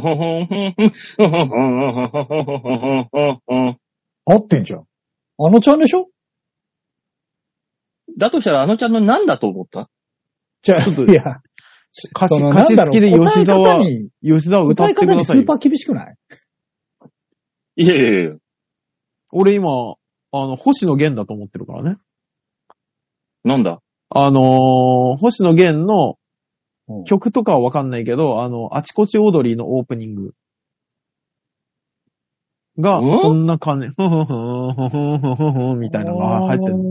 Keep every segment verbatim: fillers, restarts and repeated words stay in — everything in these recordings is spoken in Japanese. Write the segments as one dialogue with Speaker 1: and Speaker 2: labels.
Speaker 1: 合ってんじゃん。あのちゃんでしょ？
Speaker 2: だとしたらあのちゃんの何だと思った？
Speaker 1: じゃあ、
Speaker 3: ちょっと
Speaker 1: いや、
Speaker 3: 歌詞、
Speaker 1: その
Speaker 3: 歌詞付きで吉沢、
Speaker 1: なんだろう答え方に
Speaker 3: 吉沢歌ってくださいよ。
Speaker 1: スーパー厳しくない？
Speaker 2: いやいやいや。
Speaker 3: 俺今、あの、星野源だと思ってるからね。
Speaker 2: なんだ？
Speaker 3: あのー、星野源の
Speaker 1: うん
Speaker 3: 曲とかはわかんないけど、あの、あちこち踊りのオープニングが
Speaker 2: うん、
Speaker 3: そんな感じ、ふんふんふんふんふんふんふんふんみたいなのが入ってる。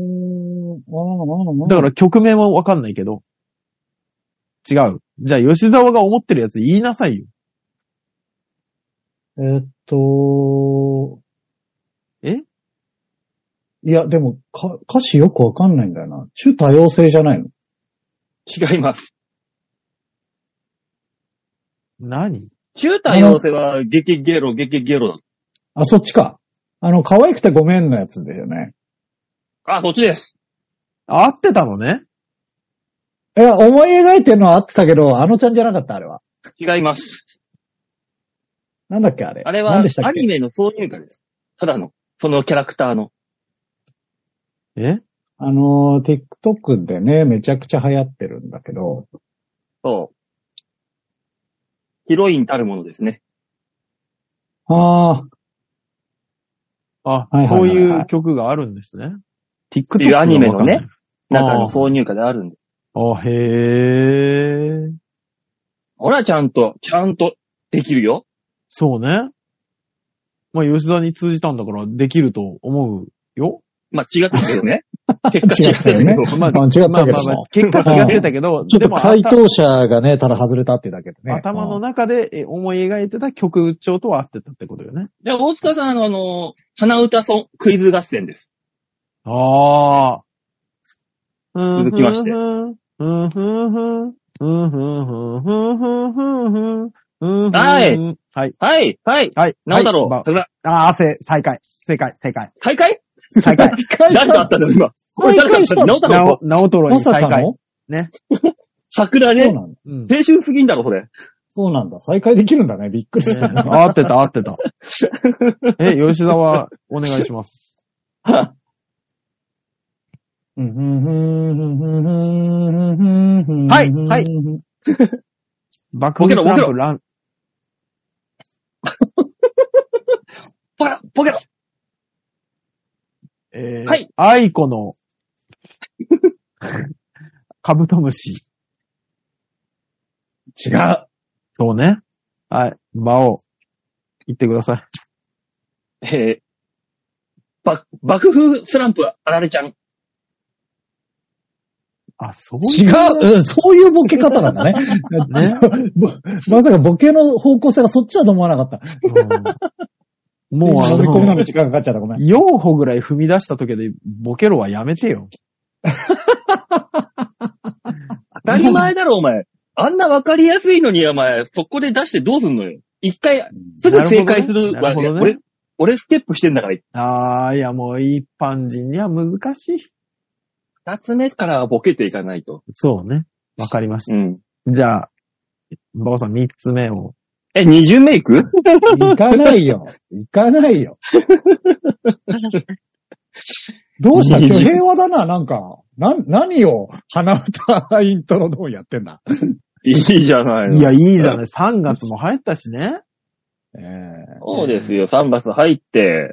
Speaker 3: だから曲名はわかんないけど。違う。じゃあ吉沢が思ってるやつ言いなさいよ。
Speaker 1: えーっと、
Speaker 3: え
Speaker 1: いや、でも、か、歌詞よくわかんないんだよな。種多様性じゃないの？
Speaker 2: 違います。
Speaker 3: 何？
Speaker 2: 中多様性は激ゲロ、激ゲロだ。
Speaker 1: あ、そっちか。あの、可愛くてごめんのやつだよね。
Speaker 2: あ、そっちです。
Speaker 3: 合ってたのね。
Speaker 1: いや、思い描いてるのはあってたけど、あのちゃんじゃなかった、あれは。
Speaker 2: 違います。
Speaker 1: なんだっけ、あれ。
Speaker 2: あれは
Speaker 1: 何でしたっけ？
Speaker 2: アニメの挿入歌です。ただの、そのキャラクターの。
Speaker 3: え
Speaker 1: あの、TikTok でね、めちゃくちゃ流行ってるんだけど、
Speaker 2: そう。ヒロインたるものですね。
Speaker 1: ああ、
Speaker 3: あ、
Speaker 1: はいはいはいはい
Speaker 3: そういう曲があるんですね。TikTok
Speaker 2: っていうアニメのね
Speaker 3: がわかんない
Speaker 2: 中の挿入歌であるんです。
Speaker 3: あ、へー。
Speaker 2: ほら、ちゃんと、ちゃんとできるよ。
Speaker 3: そうね。まあ、吉沢に通じたんだからできると思うよ。
Speaker 2: まあ、違ったけどね。結果違ったけ
Speaker 1: 違ったよね
Speaker 2: ど。
Speaker 3: まあ、
Speaker 1: あ違ったけど
Speaker 3: まあまあまあ、結果違ってたけど、
Speaker 1: ちょっと
Speaker 3: でも
Speaker 1: 回答者がね、ただ外れたってだけでね。
Speaker 3: 頭の中でえ思い描いてた曲調とは合ってたってことよね。
Speaker 2: じゃあ、大塚さん、あの、鼻歌ソンクイズ合戦です。
Speaker 3: ああ。
Speaker 2: 続きまして
Speaker 3: うんふんふんふん。うんふんふんふんふんふんふん。うんふんふん
Speaker 2: はい。
Speaker 3: はい。
Speaker 2: はい、はい。
Speaker 3: はい。
Speaker 2: 直太郎、
Speaker 3: はい
Speaker 2: 桜、
Speaker 3: ああ、せ、再開。正解、正解。
Speaker 2: 大会
Speaker 3: 再開。
Speaker 2: 誰だったの今。これ誰だったの直太
Speaker 3: な
Speaker 2: 郎
Speaker 3: お、直太郎
Speaker 1: ま
Speaker 3: に再開。
Speaker 1: さかの
Speaker 3: ね。
Speaker 2: 桜ね。
Speaker 1: そうなんだ。
Speaker 3: うん。
Speaker 2: 青春すぎんだろ、これ。
Speaker 1: そうなんだ。再開できるんだね。びっくりした。
Speaker 3: ね合ってた、合ってた。え、吉沢、お願いします。はいはいバックスランプラン。
Speaker 2: ポケロポケロ
Speaker 3: えー、
Speaker 2: はい。
Speaker 3: アイコの、カブトムシ。
Speaker 1: 違う。
Speaker 3: そうね。はい。馬王。 言ってください。
Speaker 2: えー、ば、爆風スランプ、あられちゃん。
Speaker 3: あ、そういう。
Speaker 1: 違う、うん、そういうボケ方なんだね。ねまさかボケの方向性がそっちだと思わなかった。
Speaker 3: うん、もうあの、
Speaker 1: 飲み込みなの時間かかっちゃった、ごめん。
Speaker 3: よん歩ぐらい踏み出した時でボケろはやめてよ。
Speaker 2: 当たり前だろ、お前。あんなわかりやすいのに、お前、そこで出してどうすんのよ。一回、すぐ正解する。
Speaker 3: なるほどね。
Speaker 2: 俺、俺ステップしてんだから。
Speaker 3: ああ、いやもう一般人には難しい。
Speaker 2: 二つ目からはボケていかないと。
Speaker 3: そうね。わかりました。
Speaker 2: うん。
Speaker 3: じゃあ、バオさん三つ目を。
Speaker 2: え、二巡目いく？
Speaker 1: 行かないよ。行かないよ。どうした今日平和だな、なんか。な、何を鼻歌イントロドンやってんだ。
Speaker 2: いいじゃないの。
Speaker 3: いや、いいじゃない。さんがつも入ったしね。
Speaker 1: えー、
Speaker 2: そうですよ。さんがつ入って、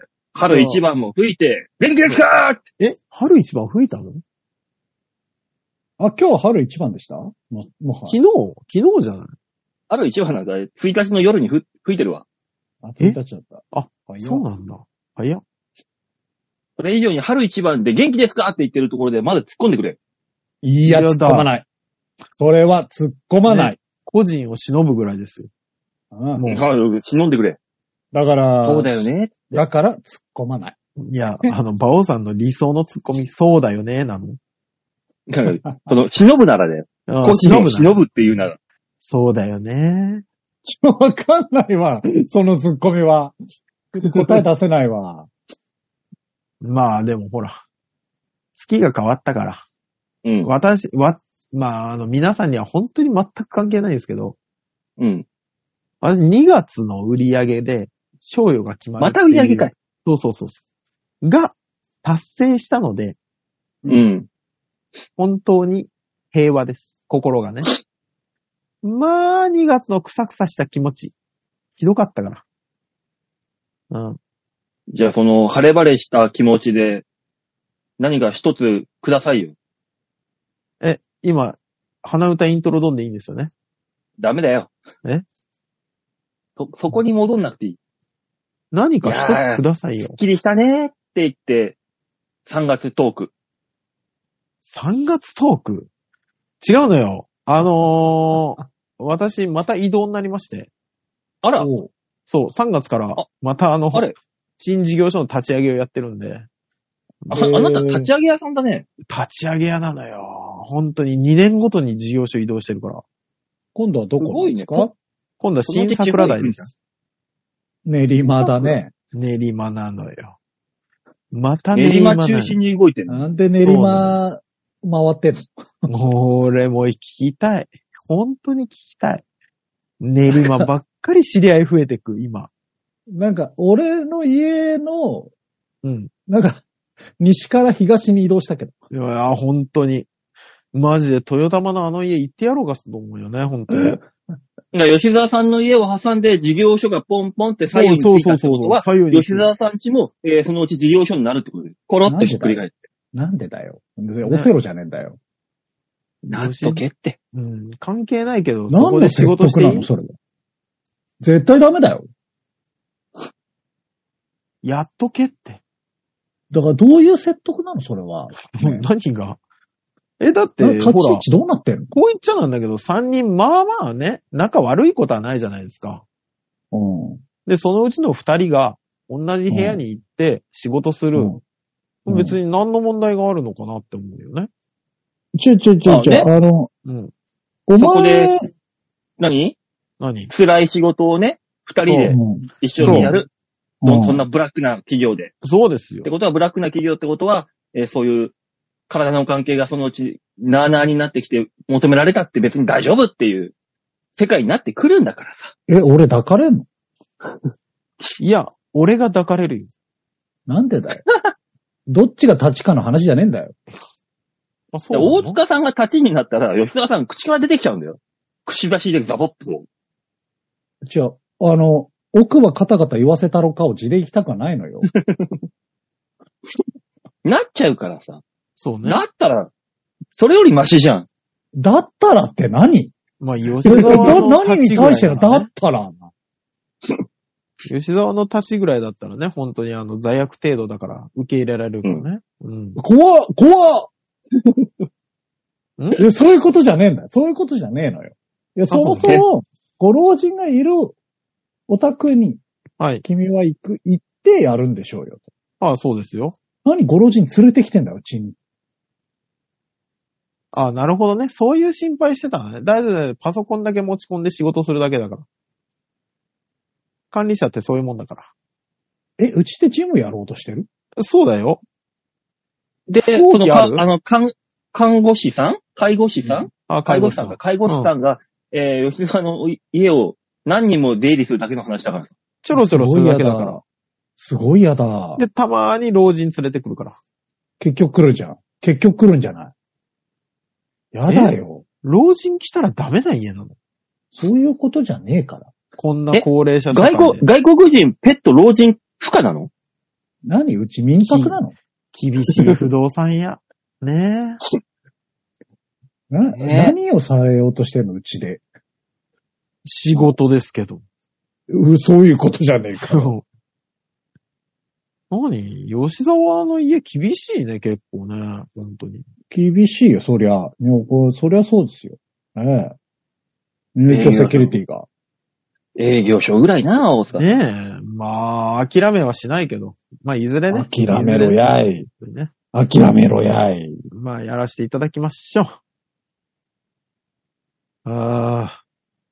Speaker 2: 春一番も吹いて、元気ですか
Speaker 3: ーえ、春一番吹いたの？
Speaker 1: あ、今日春一番でした？も、もは。
Speaker 3: 昨日昨日じゃない？
Speaker 2: 春一番なんか、ついたちの夜にふ吹いてるわ。
Speaker 1: あ、ついたちだった。
Speaker 3: あ、そうなんだ。早っ。
Speaker 2: それ以上に春一番で元気ですかって言ってるところでまだ突っ込んでくれ。
Speaker 1: いや、突っ込まない。それは突っ込まない。
Speaker 3: ね、個人を忍ぶぐらいですよ。
Speaker 1: うん、
Speaker 2: もう、忍んでくれ。
Speaker 1: だから、
Speaker 2: そうだよね。
Speaker 1: だから突っ込まない。
Speaker 3: いや、あの、馬王さんの理想の突っ込み、そうだよね、なの。
Speaker 2: だから、その、忍ぶならだよ。個人を忍ぶっていうなら。
Speaker 3: そうだよね。
Speaker 1: わかんないわ。その突っ込みは。答え出せないわ。
Speaker 3: まあでもほら、月が変わったから。
Speaker 2: うん。
Speaker 3: 私、わ、まああの皆さんには本当に全く関係ないんですけど。
Speaker 2: うん。
Speaker 3: 私にがつの売り上げで、賞与が決まる。
Speaker 2: また売り上げかい。
Speaker 3: そうそうそうそう。が、達成したので。
Speaker 2: うん。
Speaker 3: 本当に平和です。心がね。まあ、にがつのクサクサした気持ち。ひどかったから。うん。
Speaker 2: じゃあその、晴れ晴れした気持ちで、何か一つくださいよ。
Speaker 3: え、今、鼻歌イントロドンでいいんですよね。
Speaker 2: ダメだよ。
Speaker 3: え
Speaker 2: そ、そこに戻んなくていい。
Speaker 3: 何か一つくださいよ。
Speaker 2: すっきりしたねって言って、さんがつトーク。
Speaker 3: さんがつトーク違うのよ。あのー、私、また異動になりまして。
Speaker 2: あら
Speaker 3: そう、さんがつから、またあの、
Speaker 2: あれ
Speaker 3: 新事業所の立ち上げをやってるんで。
Speaker 2: あ、あなた立ち上げ屋さんだね。
Speaker 3: 立ち上げ屋なのよ。本当ににねんごとに事業所移動してるから。
Speaker 1: 今度はどこなんですか？すごいね。
Speaker 3: 今度は新桜台です。
Speaker 1: 練馬だね。
Speaker 3: 練馬なのよ。また練馬なのよ。
Speaker 2: 練馬中心に動いてる。
Speaker 1: なんで練馬回ってん
Speaker 3: の？俺も聞きたい。本当に聞きたい。練馬ばっかり知り合い増えてく、今。
Speaker 1: なんか、俺の家の、
Speaker 3: うん。
Speaker 1: なんか、西から東に移動したけど。
Speaker 3: いや、本当に。マジで豊玉のあの家行ってやろうかと思うよね、本当に。
Speaker 2: 吉沢さんの家を挟んで事業所がポンポンって左右についたってことは、吉沢さん家も、えー、そのうち事業所になるってことで、コロッとひっくり返って。
Speaker 1: なんでだよ。オセロじゃねえんだよ。
Speaker 2: なんとけって。
Speaker 3: うん、関係ないけど、
Speaker 1: そこで仕事していいのそれは。絶対ダメだよ。
Speaker 3: やっとけって。
Speaker 1: だからどういう説得なのそれは。
Speaker 3: ね、何がえ、だって、
Speaker 1: 立ち位置どうなってんの？
Speaker 3: こう言っちゃなんだけど、三人、まあまあね、仲悪いことはないじゃないですか。
Speaker 1: うん。
Speaker 3: で、そのうちの二人が、同じ部屋に行って仕事する。うん、別に何の問題があるのかなって思うよね。
Speaker 1: ちょちょちょちょ、あ、ね、あの、
Speaker 3: うん。
Speaker 2: お前、そこで、何
Speaker 3: 何
Speaker 2: 辛い仕事をね、二人で一緒にやる。そ, そんなブラックな企業で。
Speaker 3: そうですよ。
Speaker 2: ってことは、ブラックな企業ってことは、えー、そういう体の関係がそのうち、なーなーになってきて求められたって別に大丈夫っていう世界になってくるんだからさ。
Speaker 1: え、俺抱かれんの？
Speaker 3: いや、俺が抱かれるよ。
Speaker 1: なんでだよ。どっちが立ちかの話じゃねえんだよ。
Speaker 2: あ、そう。大塚さんが立ちになったら、吉沢さん口から出てきちゃうんだよ。くしばしでザボッとこ
Speaker 1: う。違う、あの、奥はカタカタ言わせたろかを地で行きたくはないのよ。
Speaker 2: なっちゃうからさ。
Speaker 3: そうね。
Speaker 2: なったら、それよりマシじゃん。
Speaker 1: だったらって何？
Speaker 3: まあ、吉沢の
Speaker 1: 何に対してのだったら
Speaker 3: 吉沢の足しぐらいだったらね、本当にあの、罪悪程度だから受け入れられるからね。うん。
Speaker 1: 怖っ怖っ
Speaker 3: ん
Speaker 1: いや、そういうことじゃねえんだよ。そういうことじゃねえのよ。いや、そもそも、ご老人がいるお宅に、
Speaker 3: はい。
Speaker 1: 君は行く、行ってやるんでしょうよ。
Speaker 3: ああ、そうですよ。
Speaker 1: 何ご老人連れてきてんだよ、うちに。
Speaker 3: ああ、なるほどね。そういう心配してたのね。大丈夫だよ。パソコンだけ持ち込んで仕事するだけだから。管理者ってそういうもんだから。
Speaker 1: え、うちでジムやろうとしてる？
Speaker 3: そうだよ。
Speaker 2: で、そ
Speaker 3: 飛行
Speaker 2: のか、
Speaker 3: 機ある
Speaker 2: あの、看、看護師さん介護士さん、
Speaker 3: あ、
Speaker 2: 介護士さんか。介護士さんが、えー、吉沢の家を何人も出入りするだけの話だから。
Speaker 3: ちょろちょろするだけだから。
Speaker 1: すごい嫌だ。
Speaker 3: で、たまーに老人連れてくるから。
Speaker 1: 結局来るじゃん。結局来るんじゃない？やだよ。
Speaker 3: 老人来たらダメな家なの。
Speaker 1: そういうことじゃねえから。
Speaker 3: こんな高齢者社会で
Speaker 2: 外国、外国人、ペット、老人、不可なの？
Speaker 1: 何？うち民泊なの？
Speaker 3: 厳しい不動産屋。ねえ。
Speaker 1: な、
Speaker 2: ね
Speaker 1: 何をされようとしてんのうちで。
Speaker 3: 仕事ですけど。
Speaker 1: う、そういうことじゃねえか。
Speaker 3: 何？吉沢の家厳しいね、結構ね。本当に。
Speaker 1: 厳しいよ、そりゃ。いやこれそりゃそうですよ。ええ。入居セキュリティが。
Speaker 2: 営業所ぐらいな、大塚。
Speaker 3: ねえ。まあ、諦めはしないけど。まあ、いずれね。
Speaker 1: 諦めろやい。
Speaker 3: いずれね。
Speaker 1: 諦めろやい。
Speaker 3: まあ、やらせていただきましょう。ああ。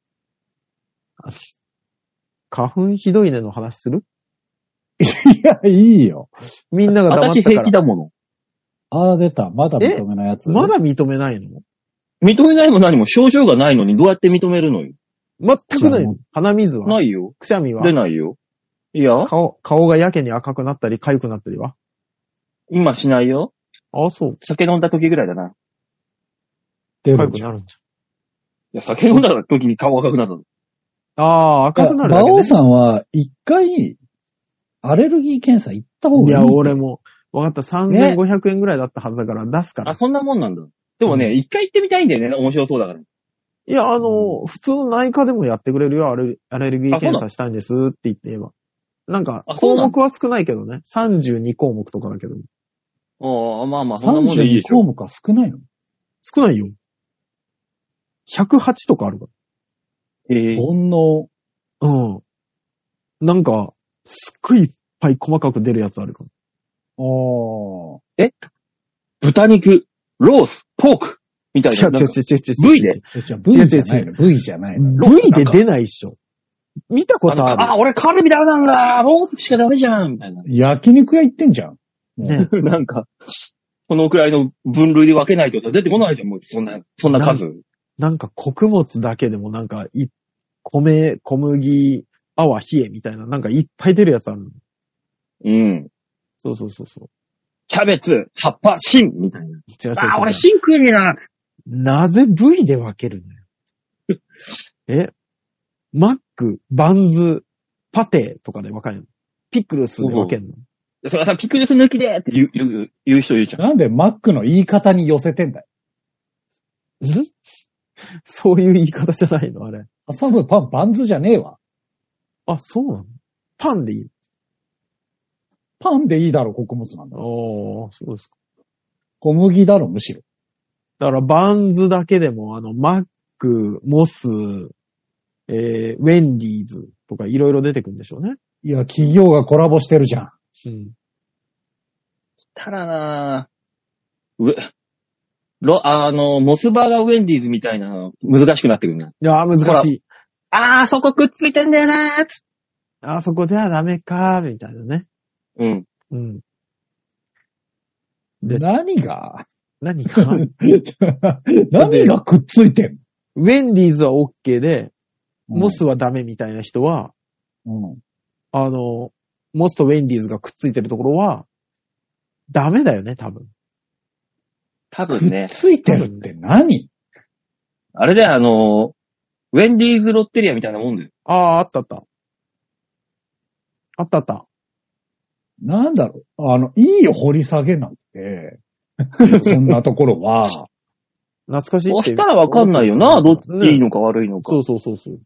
Speaker 3: 花粉ひどいねの話する？
Speaker 1: いや、いいよ。
Speaker 3: みんなが黙った
Speaker 2: 私
Speaker 3: から。
Speaker 2: 平気だもの。
Speaker 1: ああ、出た。まだ認めないやつ。
Speaker 3: まだ認めないの？
Speaker 2: 認めないも何も症状がないのにどうやって認めるのよ。
Speaker 3: 全くないの
Speaker 1: じゃあもう。
Speaker 3: 鼻水は？
Speaker 2: ないよ。
Speaker 3: くしゃみは
Speaker 2: 出ないよ。いや、
Speaker 3: 顔、顔がやけに赤くなったり、痒くなったりは？
Speaker 2: 今しないよ。
Speaker 3: ああ、そう。
Speaker 2: 酒飲んだ時ぐらいだな。
Speaker 3: 痒
Speaker 1: 出るじゃん。
Speaker 3: くなるんじ
Speaker 2: いや、酒飲んだ時に顔赤くなるの。
Speaker 3: ゃん。ああ、赤くなるだけ、ね。
Speaker 1: 馬王さんは一回、アレルギー検査行った方がいい。
Speaker 3: いや、俺も、わかった。さんぜんごひゃくえんぐらいだったはずだから出すから。
Speaker 2: あ、そんなもんなんだ。でもね、一回行ってみたいんだよね。面白そうだから。
Speaker 3: いや、あの、普通の内科でもやってくれるよ。アレルアレルギー検査したいんですって言って言えば。なんか、
Speaker 2: あそうなんだ
Speaker 3: 項目は少ないけどね。さんじゅうにこうもくとかだけど。
Speaker 2: ああ、まあまあ、そんなもんでいい
Speaker 1: さんじゅうに
Speaker 2: でしょ。
Speaker 1: 項目は少ないの？
Speaker 3: 少ないよ。ひゃくはちとかあるか
Speaker 2: ええ
Speaker 1: 煩悩。
Speaker 3: ら。うん。なんか、すっごいいっぱい細かく出るやつあるから。
Speaker 1: ああ。
Speaker 2: 豚肉、ロース、ポーク、みたいな。
Speaker 3: 違う違う違う違う違う。
Speaker 2: 部位で
Speaker 1: え、じゃあ V じゃないの？ V じゃないの？
Speaker 3: V で出ないっしょ。見たことある。
Speaker 2: あ、俺カルビダメなんだロースしかダメじゃんみたいな。
Speaker 1: 焼肉屋行ってんじゃん。
Speaker 3: ね。
Speaker 2: なんか、このくらいの分類で分けないと出てこないじゃん、もう、そんな、そんな数。
Speaker 3: なんか穀物だけでもなんか、い、米、小麦、泡、冷えみたいな、なんかいっぱい出るやつあるの。
Speaker 2: うん。
Speaker 3: そうそうそうそう。
Speaker 2: キャベツ、葉っぱ、芯みたいな。
Speaker 3: 違う違う違う。
Speaker 2: あ、俺芯食えねえな。
Speaker 3: なぜ部位で分けるのよ。えマック、バンズ、パテとかで分かるの？ピクルスで分けるの？
Speaker 2: それはさ、ピクルス抜きでって言う、言う、言う人いるじゃん。
Speaker 1: なんでマックの言い方に寄せてんだよ。
Speaker 3: んそういう言い方じゃないのあれ。
Speaker 1: 挟むパン、バンズじゃねえわ。
Speaker 3: あ、そうなの？パンでいい
Speaker 1: パンでいいだろ、穀物なんだ。
Speaker 3: の？ああ、そうですか。
Speaker 1: 小麦だろ、むしろ。
Speaker 3: だから、バンズだけでも、あの、マック、モス、えー、ウェンディーズとかいろいろ出てくるんでしょうね。
Speaker 1: いや、企業がコラボしてるじゃん。
Speaker 3: うん。
Speaker 2: たらなぁ。うロ、あの、モスバーガーウェンディーズみたいなの難しくなってくるな。
Speaker 3: いやー、難しい。
Speaker 2: あー、そこくっついてんだよなー。
Speaker 3: あそこではダメかー、みたいなね。
Speaker 2: うん。
Speaker 3: うん。で
Speaker 1: 何が
Speaker 3: 何か
Speaker 1: 何がくっついてん
Speaker 3: ウェンディーズは OK で、
Speaker 1: の？
Speaker 3: モスはダメみたいな人は、
Speaker 1: うん。
Speaker 3: あの、モスとウェンディーズがくっついてるところは、ダメだよね、多分。
Speaker 1: くっ
Speaker 2: 多分ね。
Speaker 1: ついてるって何？
Speaker 2: あれだよ、あの、ウェンディーズロッテリアみたいなもんだよ。
Speaker 3: ああ、あったあった。あったあった。
Speaker 1: なんだろう。あの、いいよ、掘り下げなんて。そんなところは。
Speaker 3: 懐かしいって。
Speaker 2: 押したらわかんないよな、どっちいいのか悪いのか。
Speaker 3: そうそうそうそう。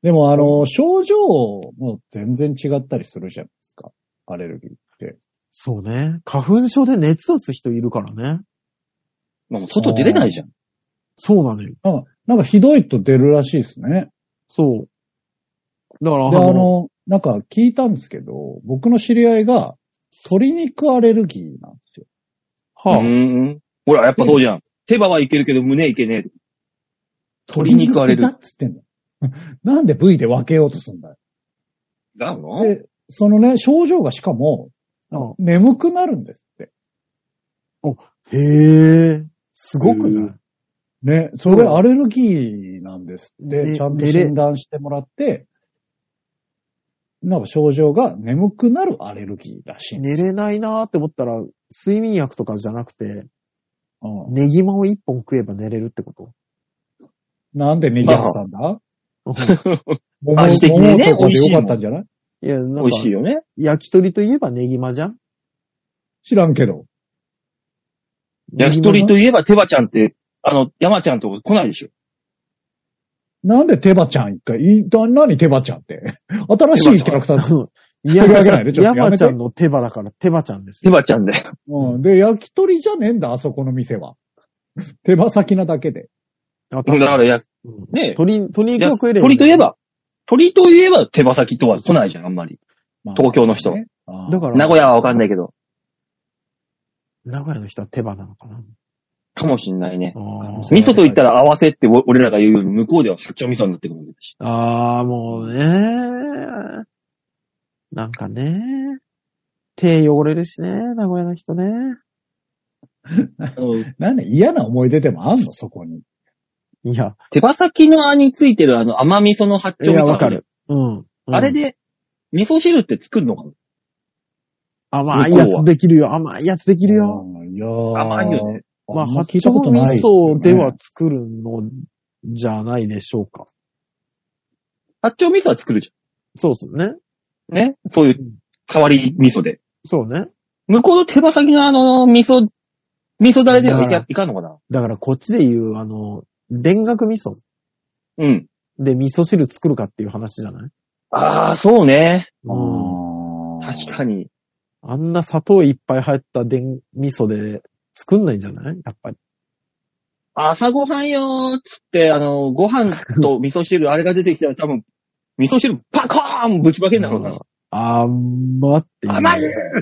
Speaker 1: でもあの、症状も全然違ったりするじゃないですか。アレルギーって。
Speaker 3: そうね。花粉症で熱出す人いるからね。
Speaker 2: もう外出れないじゃん。
Speaker 3: そうなのよ。
Speaker 1: なんか、なんかひどいと出るらしいですね。
Speaker 3: そう。だから、
Speaker 1: で、あの、なんか聞いたんですけど、僕の知り合いが鶏肉アレルギーなんですよ。
Speaker 3: はあ、
Speaker 2: うーん。ほら、やっぱそうじゃん。手羽はいけるけど胸いけねえ。鶏肉アレルギー
Speaker 1: だっつってんの。なんで部位で分けようとすんだよ。
Speaker 2: だの
Speaker 1: で、そのね、症状がしかも、
Speaker 3: あ
Speaker 1: 眠くなるんですって。
Speaker 3: へえ、すごくない？
Speaker 1: ね、それアレルギーなんですって、
Speaker 3: ね
Speaker 1: ちゃんと
Speaker 3: 寝れ
Speaker 1: 診断してもらって、なんか症状が眠くなるアレルギーらしいんですよ。
Speaker 3: 寝れないなーって思ったら、睡眠薬とかじゃなくて、
Speaker 1: うん
Speaker 3: ネギマを一本食えば寝れるってこと
Speaker 1: なんでネギ挟んだ桃
Speaker 2: 味的にね
Speaker 1: 桃とかでよかったんじゃない？
Speaker 3: いや、なん
Speaker 2: 美
Speaker 3: か
Speaker 2: 味しいよね。
Speaker 3: 焼き鳥といえばネギマじゃん？
Speaker 1: 知らんけど。
Speaker 2: 焼き鳥といえば手羽ちゃんって、あの、山ちゃんとこ来ないでしょ。
Speaker 1: なんで手羽ちゃん一回、いだ何手羽ちゃんって。新しいキャラクター。
Speaker 3: いや、
Speaker 1: 取り上げないでちょっとやめて
Speaker 3: 山ちゃんの手羽だから手羽ちゃんですよ。
Speaker 2: 手羽ちゃんで。
Speaker 1: うん。で、焼き鳥じゃねえんだ、あそこの店は。手羽先なだけで。
Speaker 3: だ
Speaker 2: だからや、
Speaker 3: うん
Speaker 2: ねえ。
Speaker 3: 鶏、鶏肉が食えれば
Speaker 2: 鳥といえば、鳥といえば手羽先とは来ないじゃん、あんまり。
Speaker 1: まあ
Speaker 2: 東京の人
Speaker 1: ねあー
Speaker 3: だから
Speaker 2: 名古屋はわかんないけど。
Speaker 3: 名古屋の人は手羽なのかな。
Speaker 2: かもしんないね。
Speaker 3: あー
Speaker 2: 味噌と言ったら合わせって俺らが言うように、向こうでは八丁味噌になってくるわけだし。
Speaker 3: あー、もうね。なんかね。手汚れるしね、名古屋の人ね。
Speaker 2: あの
Speaker 1: なんで嫌な思い出でもあんのそこに。
Speaker 3: いや、
Speaker 2: 手羽先のあについてるあの甘味噌の八
Speaker 3: いや、
Speaker 2: 丁味噌。
Speaker 3: わかる。うん。うん
Speaker 2: あれで、味噌汁って作るのかな
Speaker 3: 甘いやつできるよ、甘いやつできるよ。
Speaker 1: うんいやー
Speaker 2: 甘いよね。
Speaker 3: まあ、
Speaker 1: あんま
Speaker 3: 八
Speaker 1: 聞いたことない
Speaker 3: 丁味噌では
Speaker 1: ね
Speaker 3: 作るのじゃないでしょうか。
Speaker 2: 八丁味噌は作るじ
Speaker 3: そうっすね。
Speaker 2: ゃん。ね。そういう代わり味噌で。
Speaker 3: そうね。
Speaker 2: 向こうの手羽先のあの、味噌、味噌だれではい
Speaker 3: だから
Speaker 2: けいかんのかな
Speaker 3: だからこっちで言う、あの、田楽味噌
Speaker 2: うん。
Speaker 3: で味噌汁作るかっていう話じゃない？
Speaker 2: ああ、そうね。
Speaker 3: うん。
Speaker 1: あー
Speaker 2: 確かに。
Speaker 3: あんな砂糖いっぱい入った田味噌で作んないんじゃない？やっぱり。
Speaker 2: 朝ごはんよーっつって、あの、ご飯と味噌汁、あれが出てきたら多分、味噌汁パコーンぶちまけんだろうな。
Speaker 3: 甘っていう。
Speaker 2: 甘い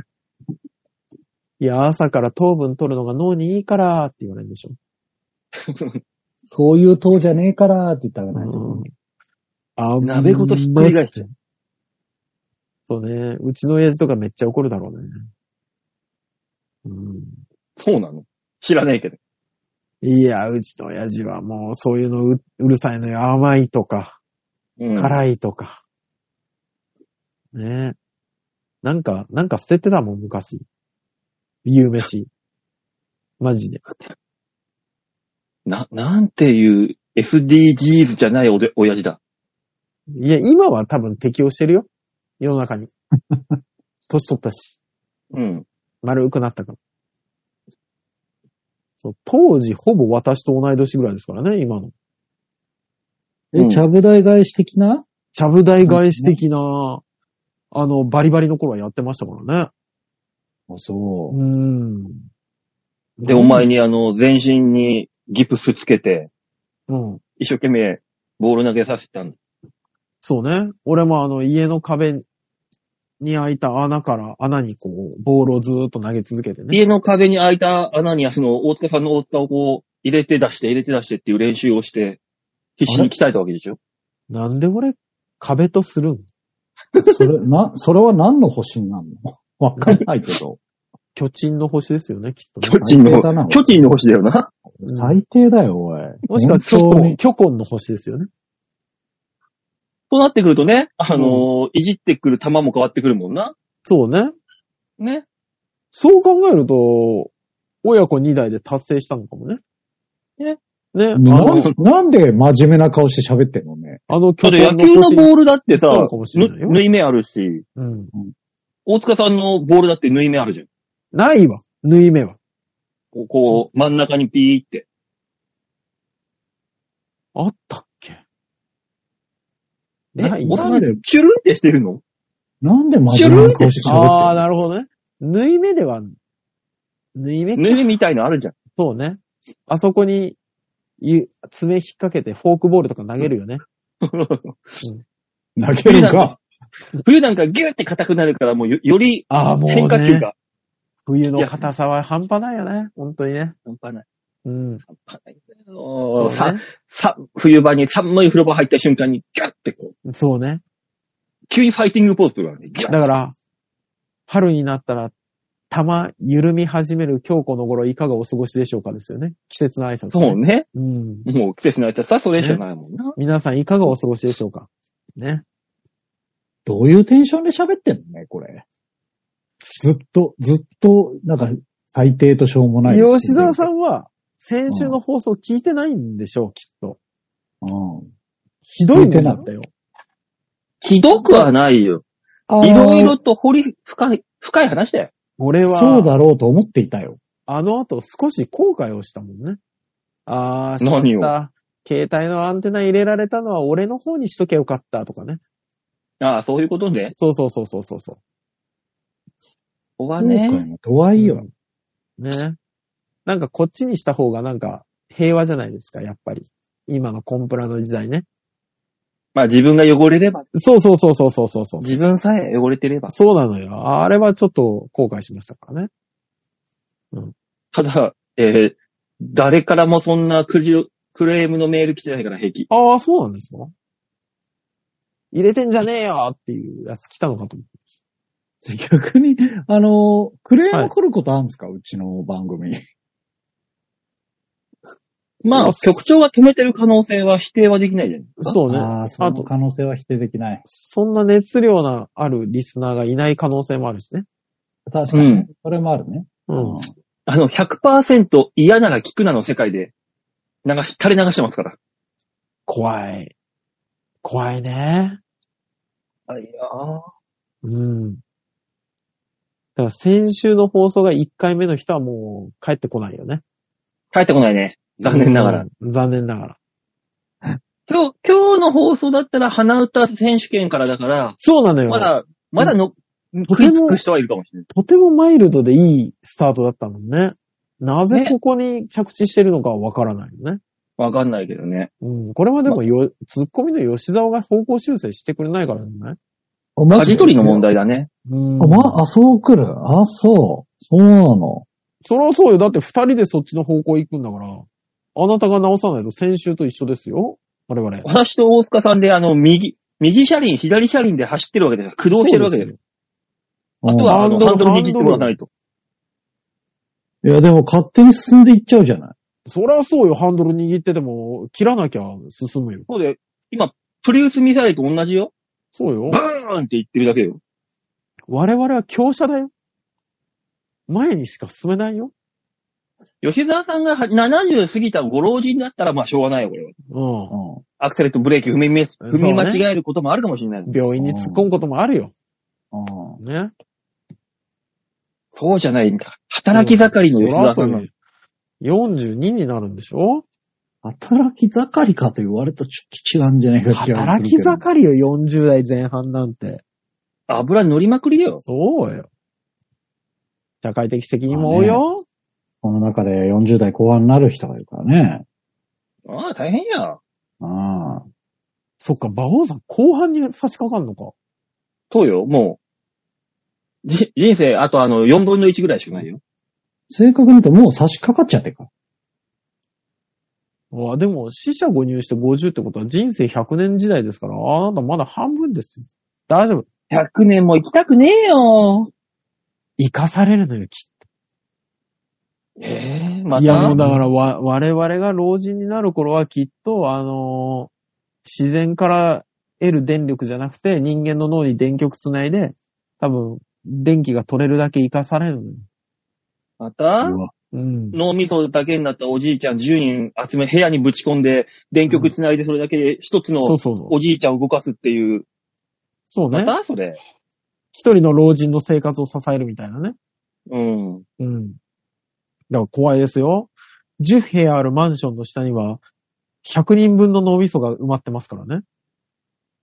Speaker 3: いや、朝から糖分取るのが脳にいいからって言われるんでしょ。
Speaker 1: そういう塔じゃねえからって言ったらないと思う。
Speaker 3: あ
Speaker 2: 鍋ごとひっくり返して。
Speaker 3: そうね。うちの親父とかめっちゃ怒るだろうね。うん、
Speaker 2: そうなの知らないけど。
Speaker 3: いや、うちの親父はもうそういうの う, うるさいのよ。甘いとか、
Speaker 2: うん。
Speaker 3: 辛いとか。ねえ。なんか、なんか捨ててたもん、昔。夕飯。マジで。
Speaker 2: な、なんていう エスディージーズ じゃないおで親父だ。
Speaker 3: いや、今は多分適応してるよ。世の中に。年取ったし。
Speaker 2: うん。
Speaker 3: 丸くなったから。そう当時、ほぼ私と同い年ぐらいですからね、今の。
Speaker 1: え、ちゃぶ台返し的な？
Speaker 3: ちゃぶ台返し的な、あの、バリバリの頃はやってましたからね。
Speaker 1: あ、そう
Speaker 3: ーん。
Speaker 2: で、お前にあの、全身にギプスつけて、
Speaker 3: うん。
Speaker 2: 一生懸命ボール投げさせたんだ。
Speaker 3: そうね。俺もあの、家の壁に開いた穴から穴にこう、ボールをずーっと投げ続けてね。
Speaker 2: 家の壁に開いた穴に、その、大塚さんの大塚をこう、入れて出して入れて出してっていう練習をして、必死に鍛えたわけでしょ？
Speaker 3: なんで俺、壁とするん？
Speaker 1: それ、な、それは何の星になるの？わかんないけど。
Speaker 3: 巨鎮の星ですよね、きっとね。
Speaker 2: 巨人
Speaker 1: 最低だな
Speaker 2: の、巨人の星だよな。
Speaker 1: 最低だよ、おい。
Speaker 3: もしくは巨根、
Speaker 1: 本当に
Speaker 3: 巨根の星ですよね。
Speaker 2: となってくるとね、あのーいじってくる球も変わってくるもんな。
Speaker 3: そうね。
Speaker 2: ね。
Speaker 3: そう考えると、親子二代で達成したのかもね。
Speaker 2: ね。
Speaker 3: ね。あ
Speaker 1: な
Speaker 3: の、
Speaker 1: なんで真面目な顔して喋ってんのね。
Speaker 3: あの
Speaker 2: だって
Speaker 3: 巨根の星
Speaker 2: 野球のボールだってさ、
Speaker 3: そうかもしれないよ
Speaker 2: ぬ縫い目あるし、
Speaker 3: うん。
Speaker 2: 大塚さんのボールだって縫い目あるじゃん。
Speaker 3: ないわ。縫い目は。
Speaker 2: こう、こう真ん中にピーって。
Speaker 3: あったっけ？
Speaker 2: え、
Speaker 3: ない
Speaker 2: 大人でチュルンってしてるの？
Speaker 1: なんで真面目な顔して喋ってるの？
Speaker 3: ああ、なるほどね。縫い目では、縫い目か。
Speaker 2: 縫い目みたいのあるじゃん。
Speaker 3: そうね。あそこに、ゆ爪引っ掛けてフォークボールとか投げるよね。
Speaker 1: 投げるか。
Speaker 2: 冬なんかギューって硬くなるから、もうよ、より
Speaker 3: ああ、もうね。
Speaker 2: 変化球が。
Speaker 3: 冬の硬さは半端ないよね。本当にね。
Speaker 2: 半端ない。
Speaker 3: うん。
Speaker 2: 半端ないんだよ。
Speaker 3: そうね
Speaker 2: さ、さ、冬場に寒い風呂場入った瞬間にギュッてこう。
Speaker 3: そうね。
Speaker 2: 急にファイティングポーズとかね。ギュッ
Speaker 3: だから、春になったら、玉緩み始める今日この頃いかがお過ごしでしょうかですよね。季節の挨拶、ね。
Speaker 2: そうね。
Speaker 3: うん。
Speaker 2: もう季節の挨拶さ、それしかないもんな。ね、
Speaker 3: 皆さんいかがお過ごしでしょうか。ね。
Speaker 1: どういうテンションで喋ってんのね、これ。ずっと、ずっと、なんか、最低としょうもない。
Speaker 3: 吉沢さんは、先週の放送聞いてないんでしょう、きっと。
Speaker 1: うん。
Speaker 3: ひどいもんだったよ。
Speaker 2: ひどくはないよ。いろいろと掘り、深い、深い話だよ。
Speaker 3: 俺は、
Speaker 1: そうだろうと思っていたよ。
Speaker 3: あの後少し後悔をしたもんね。あー、しま
Speaker 2: 何を
Speaker 3: った。携帯のアンテナ入れられたのは俺の方にしとけよかったとかね。
Speaker 2: ああ、そういうことで。
Speaker 3: そうそうそうそうそうそ
Speaker 2: ここは
Speaker 1: 今回
Speaker 2: ね。
Speaker 1: の度合
Speaker 3: う。
Speaker 1: いよ。
Speaker 3: ね。なんかこっちにした方がなんか平和じゃないですか、やっぱり。今のコンプラの時代ね。
Speaker 2: まあ自分が汚れれば。
Speaker 3: そうそうそうそうそうそうそう。
Speaker 2: 自分さえ汚れてれば。
Speaker 3: そうなのよ。あれはちょっと後悔しましたからね。
Speaker 2: ただ、えー、誰からもそんなクレクレームのメール来てないから平気。
Speaker 3: ああ、そうなんですか？入れてんじゃねえよっていうやつ来たのかと思って。
Speaker 1: 逆に、あの、クレーム来ることあるんですか、うちの番組。
Speaker 2: まあ、局長が止めてる可能性は否定はできないじゃないですか。
Speaker 3: そうね。
Speaker 1: ああ、その可能性は否定できない。
Speaker 3: そんな熱量のあるリスナーがいない可能性もあるしね。
Speaker 1: 確かに。
Speaker 2: うん
Speaker 1: それもあるね。
Speaker 3: うん。
Speaker 2: あの、ひゃくパーセント 嫌なら聞くなの世界で、流し、垂れ流してますから。
Speaker 3: 怖い。怖いね。
Speaker 2: あ、いや
Speaker 3: うん。だから先週の放送がいっかいめの人はもう帰ってこないよね。
Speaker 2: 帰ってこないね。残念ながら。
Speaker 3: うん。残念ながら。
Speaker 2: 今日、今日の放送だったら鼻歌選手権からだから、
Speaker 3: そうなのよ。
Speaker 2: まだ、まだの、
Speaker 3: と
Speaker 2: 食
Speaker 3: ても
Speaker 2: いつく人はいるかもしれない。
Speaker 3: とてもマイルドでいいスタートだったもんね。なぜここに着地してるのかわからないよね。
Speaker 2: わかんないけどね。
Speaker 3: うん。これはでもよ、ツッコミの吉沢が方向修正してくれないからじゃない？
Speaker 1: あ、マ
Speaker 2: 舵取りの問題だね。
Speaker 3: うん。
Speaker 1: あ、ま、あ、そう来る。あ、そう。そうなの。
Speaker 3: そりゃそうよ。だって二人でそっちの方向行くんだから。あなたが直さないと先週と一緒ですよ。我々。
Speaker 2: 私と大塚さんであの、右、右車輪、左車輪で走ってるわけですよ。駆動してるわけですよ。あとは、あの、ハンドル握ってもらわないと。
Speaker 1: いや、でも勝手に進んでいっちゃうじゃない。
Speaker 3: そりゃそうよ。ハンドル握ってても、切らなきゃ進むよ。
Speaker 2: そうで、今、プリウスミサイルと同じよ。
Speaker 3: そうよ
Speaker 2: ブ。ーンって言ってるだけよ。
Speaker 3: 我々は強者だよ。前にしか進めないよ。
Speaker 2: 吉沢さんがななじゅう過ぎたご老人だったら、まあ、しょうがないよ、これは。
Speaker 3: う
Speaker 1: う
Speaker 2: アクセルとブレーキ踏みめ、
Speaker 3: そうね
Speaker 2: 踏み間違えることもあるかもしれない。
Speaker 3: ん。病院に突っ込むこともあるよ。
Speaker 1: ん。うん。
Speaker 3: ね。
Speaker 2: そうじゃないんだ。働き盛りの吉沢さんなの。
Speaker 3: よんじゅうにになるんでしょ？
Speaker 1: 働き盛りかと言われたらちょっと違うんじゃないか気がするけど。
Speaker 3: 働き盛りよ、よんじゅう代前半なんて。
Speaker 2: 油乗りまくりよ。
Speaker 3: そうよ。社会的責任も多いよ。
Speaker 1: この中でよんじゅう代後半になる人がいるからね。
Speaker 2: ああ、大変や。
Speaker 1: ああ。
Speaker 3: そっか、馬王さん後半に差し掛かるのか。
Speaker 2: そうよ、もう。じ、人生、あとあの、よんぶんのいちぐらいしかないよ。
Speaker 1: 正確に言うともう差し掛かっちゃってるから。
Speaker 3: あでも、死者誤入してごじゅうってことは人生ひゃくねん時代ですから、あなたまだ半分ですよ。大丈夫。
Speaker 2: ひゃくねんも生きたくねえよ。
Speaker 3: 生かされるのよ、きっ
Speaker 2: ええ
Speaker 3: と。
Speaker 2: また。
Speaker 3: いや、もうだからわ、我々が老人になる頃はきっと、あのー自然から得る電力じゃなくて、人間の脳に電極つないで、多分、電気が取れるだけ生かされるのよ。
Speaker 2: また
Speaker 1: うわ
Speaker 3: うん。
Speaker 2: 脳みそだけになったおじいちゃんじゅうにん集め、部屋にぶち込んで、電極つないでそれだけで一つの
Speaker 3: そうそうそう。
Speaker 2: おじいちゃんを動かすっていう。
Speaker 3: そうね
Speaker 2: ま。たそれ。
Speaker 3: 一人の老人の生活を支えるみたいなね。
Speaker 2: うん。
Speaker 3: うん。だから怖いですよ。じゅう部屋あるマンションの下には、ひゃくにんぶんの脳みそが埋まってますからね。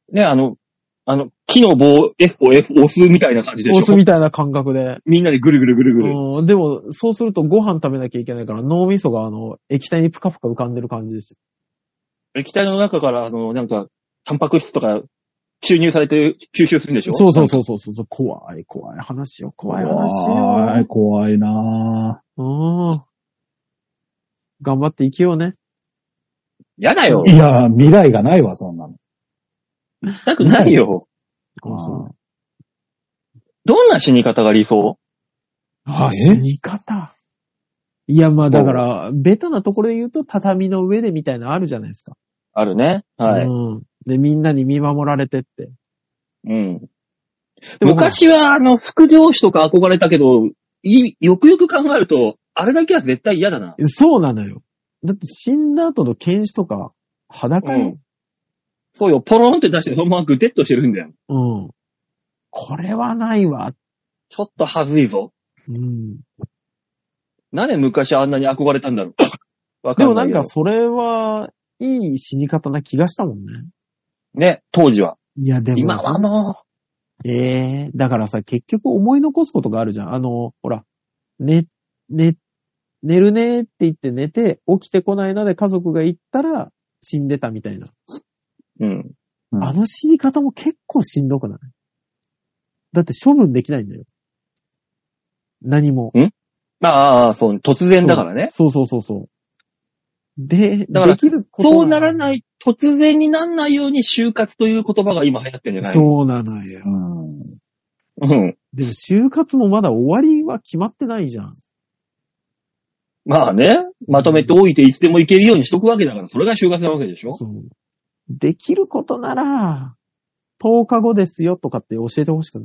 Speaker 2: ね、あの、あの、木の棒 F を F 押すみたいな感じでしょ。
Speaker 3: 押すみたいな感覚で。
Speaker 2: みんなでぐるぐるぐるぐる。
Speaker 3: うん。でも、そうするとご飯食べなきゃいけないから脳みそがあの、液体にぷかぷか浮かんでる感じですよ。
Speaker 2: 液体の中から、あの、なんか、タンパク質とか、注入されて吸収するんでしょ。
Speaker 3: そうそうそうそうそう。怖い、怖い話よ。怖い話よ。
Speaker 1: 怖い、怖いな
Speaker 3: ぁ。うん。頑張って生きようね。
Speaker 2: やだよ。
Speaker 1: いや、未来がないわ、そんなの。
Speaker 2: したくないよ。
Speaker 3: あそう
Speaker 2: どんな死に方が理想？
Speaker 3: あ、
Speaker 1: え
Speaker 3: 死に方。いや、まあだから、ベタなところで言うと、畳の上でみたいなのあるじゃないですか。
Speaker 2: あるね。はい。
Speaker 3: うん。で、みんなに見守られてって。
Speaker 2: うん。
Speaker 3: でも
Speaker 2: 昔は、あの、副上司とか憧れたけど、いよくよく考えると、あれだけは絶対嫌だな。
Speaker 3: そうなのよ。だって死んだ後の検視とか、裸よ。
Speaker 2: そうよ、ポロンって出してそのままグテッとしてるんだよ。
Speaker 3: うん。これはないわ。
Speaker 2: ちょっとはずいぞ。
Speaker 3: うん。
Speaker 2: なんで昔あんなに憧れたんだろう。わか
Speaker 3: でも
Speaker 2: んなけど。
Speaker 3: ないんかそれは、いい死に方な気がしたもんね。
Speaker 2: ね、当時は。
Speaker 3: いや、でも。
Speaker 2: 今はも
Speaker 3: ええだからさ、結局思い残すことがあるじゃん。あの、ほら、ね、ね、寝るねって言って寝て、起きてこないので家族が行ったら死んでたみたいな。
Speaker 2: う。うん。
Speaker 1: うん
Speaker 3: あの死に方も結構しんどくない？だって処分できないんだよ。何も。
Speaker 2: ああ、そう、突然だからね。
Speaker 3: そうそうそうそう。で、
Speaker 2: だから
Speaker 3: できることは
Speaker 2: そうならない、突然になんないように就活という言葉が今流行ってるんじゃないの？
Speaker 3: そうなのよ。
Speaker 1: うん。
Speaker 2: うん。
Speaker 3: でも就活もまだ終わりは決まってないじゃん。
Speaker 2: まあね、まとめておいていつでも行けるようにしとくわけだから、それが就活なわけでしょ？
Speaker 3: そう。できることなら、とおかごですよとかって教えてほしくない？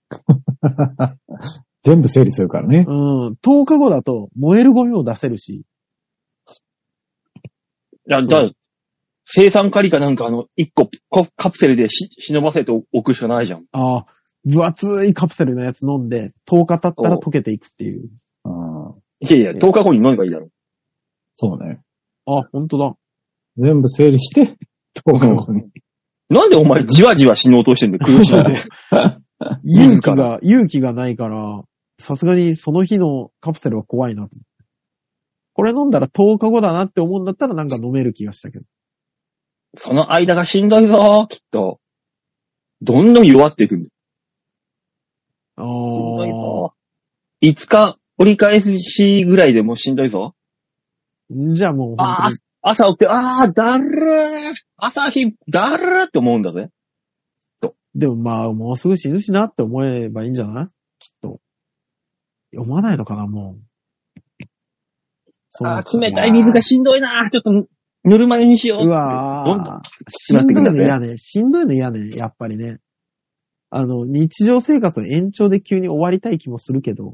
Speaker 1: 全部整理するからね。
Speaker 3: うん。とおかごだと燃えるゴミも出せるし。
Speaker 2: いや、じゃあ、生産カリかなんかあの、一個コカプセルでし忍ばせておくしかないじゃん。
Speaker 3: ああ、分厚いカプセルのやつ飲んで、とおか経ったら溶けていくっていう。
Speaker 1: うん。
Speaker 2: いやいや、とおかごに飲めばいいだろ。
Speaker 1: そうね。
Speaker 3: あ、ほんとだ。
Speaker 1: 全部整理して、とおかごに。
Speaker 2: なんでお前じわじわ死のうとしてんだよ、苦しいんで。
Speaker 3: 勇気が、勇気がないから、さすがにその日のカプセルは怖いなと。これ飲んだらとおかごだなって思うんだったらなんか飲める気がしたけど。
Speaker 2: その間がしんどいぞ、きっと。どんどん弱っていくんだよ。
Speaker 3: あ
Speaker 2: しんどい
Speaker 3: あ。
Speaker 2: ぞ。いつか折り返しぐらいでもうしんどいぞ。
Speaker 3: じゃあもう本
Speaker 2: ああ
Speaker 3: 当に。、
Speaker 2: 朝起きて、ああ、だるー。朝日、だるーって思うんだぜ。
Speaker 3: でもまあ、もうすぐ死ぬしなって思えばいいんじゃない？きっと。読まないのかな、もう。そう
Speaker 2: ああ、冷たい水がしんどいな。ちょっと、ぬるま湯にしよう。
Speaker 3: う
Speaker 2: どんどん
Speaker 3: わぁ。しんどいの嫌ね。しんどいの嫌ね。やっぱりね。あの、日常生活の延長で急に終わりたい気もするけど。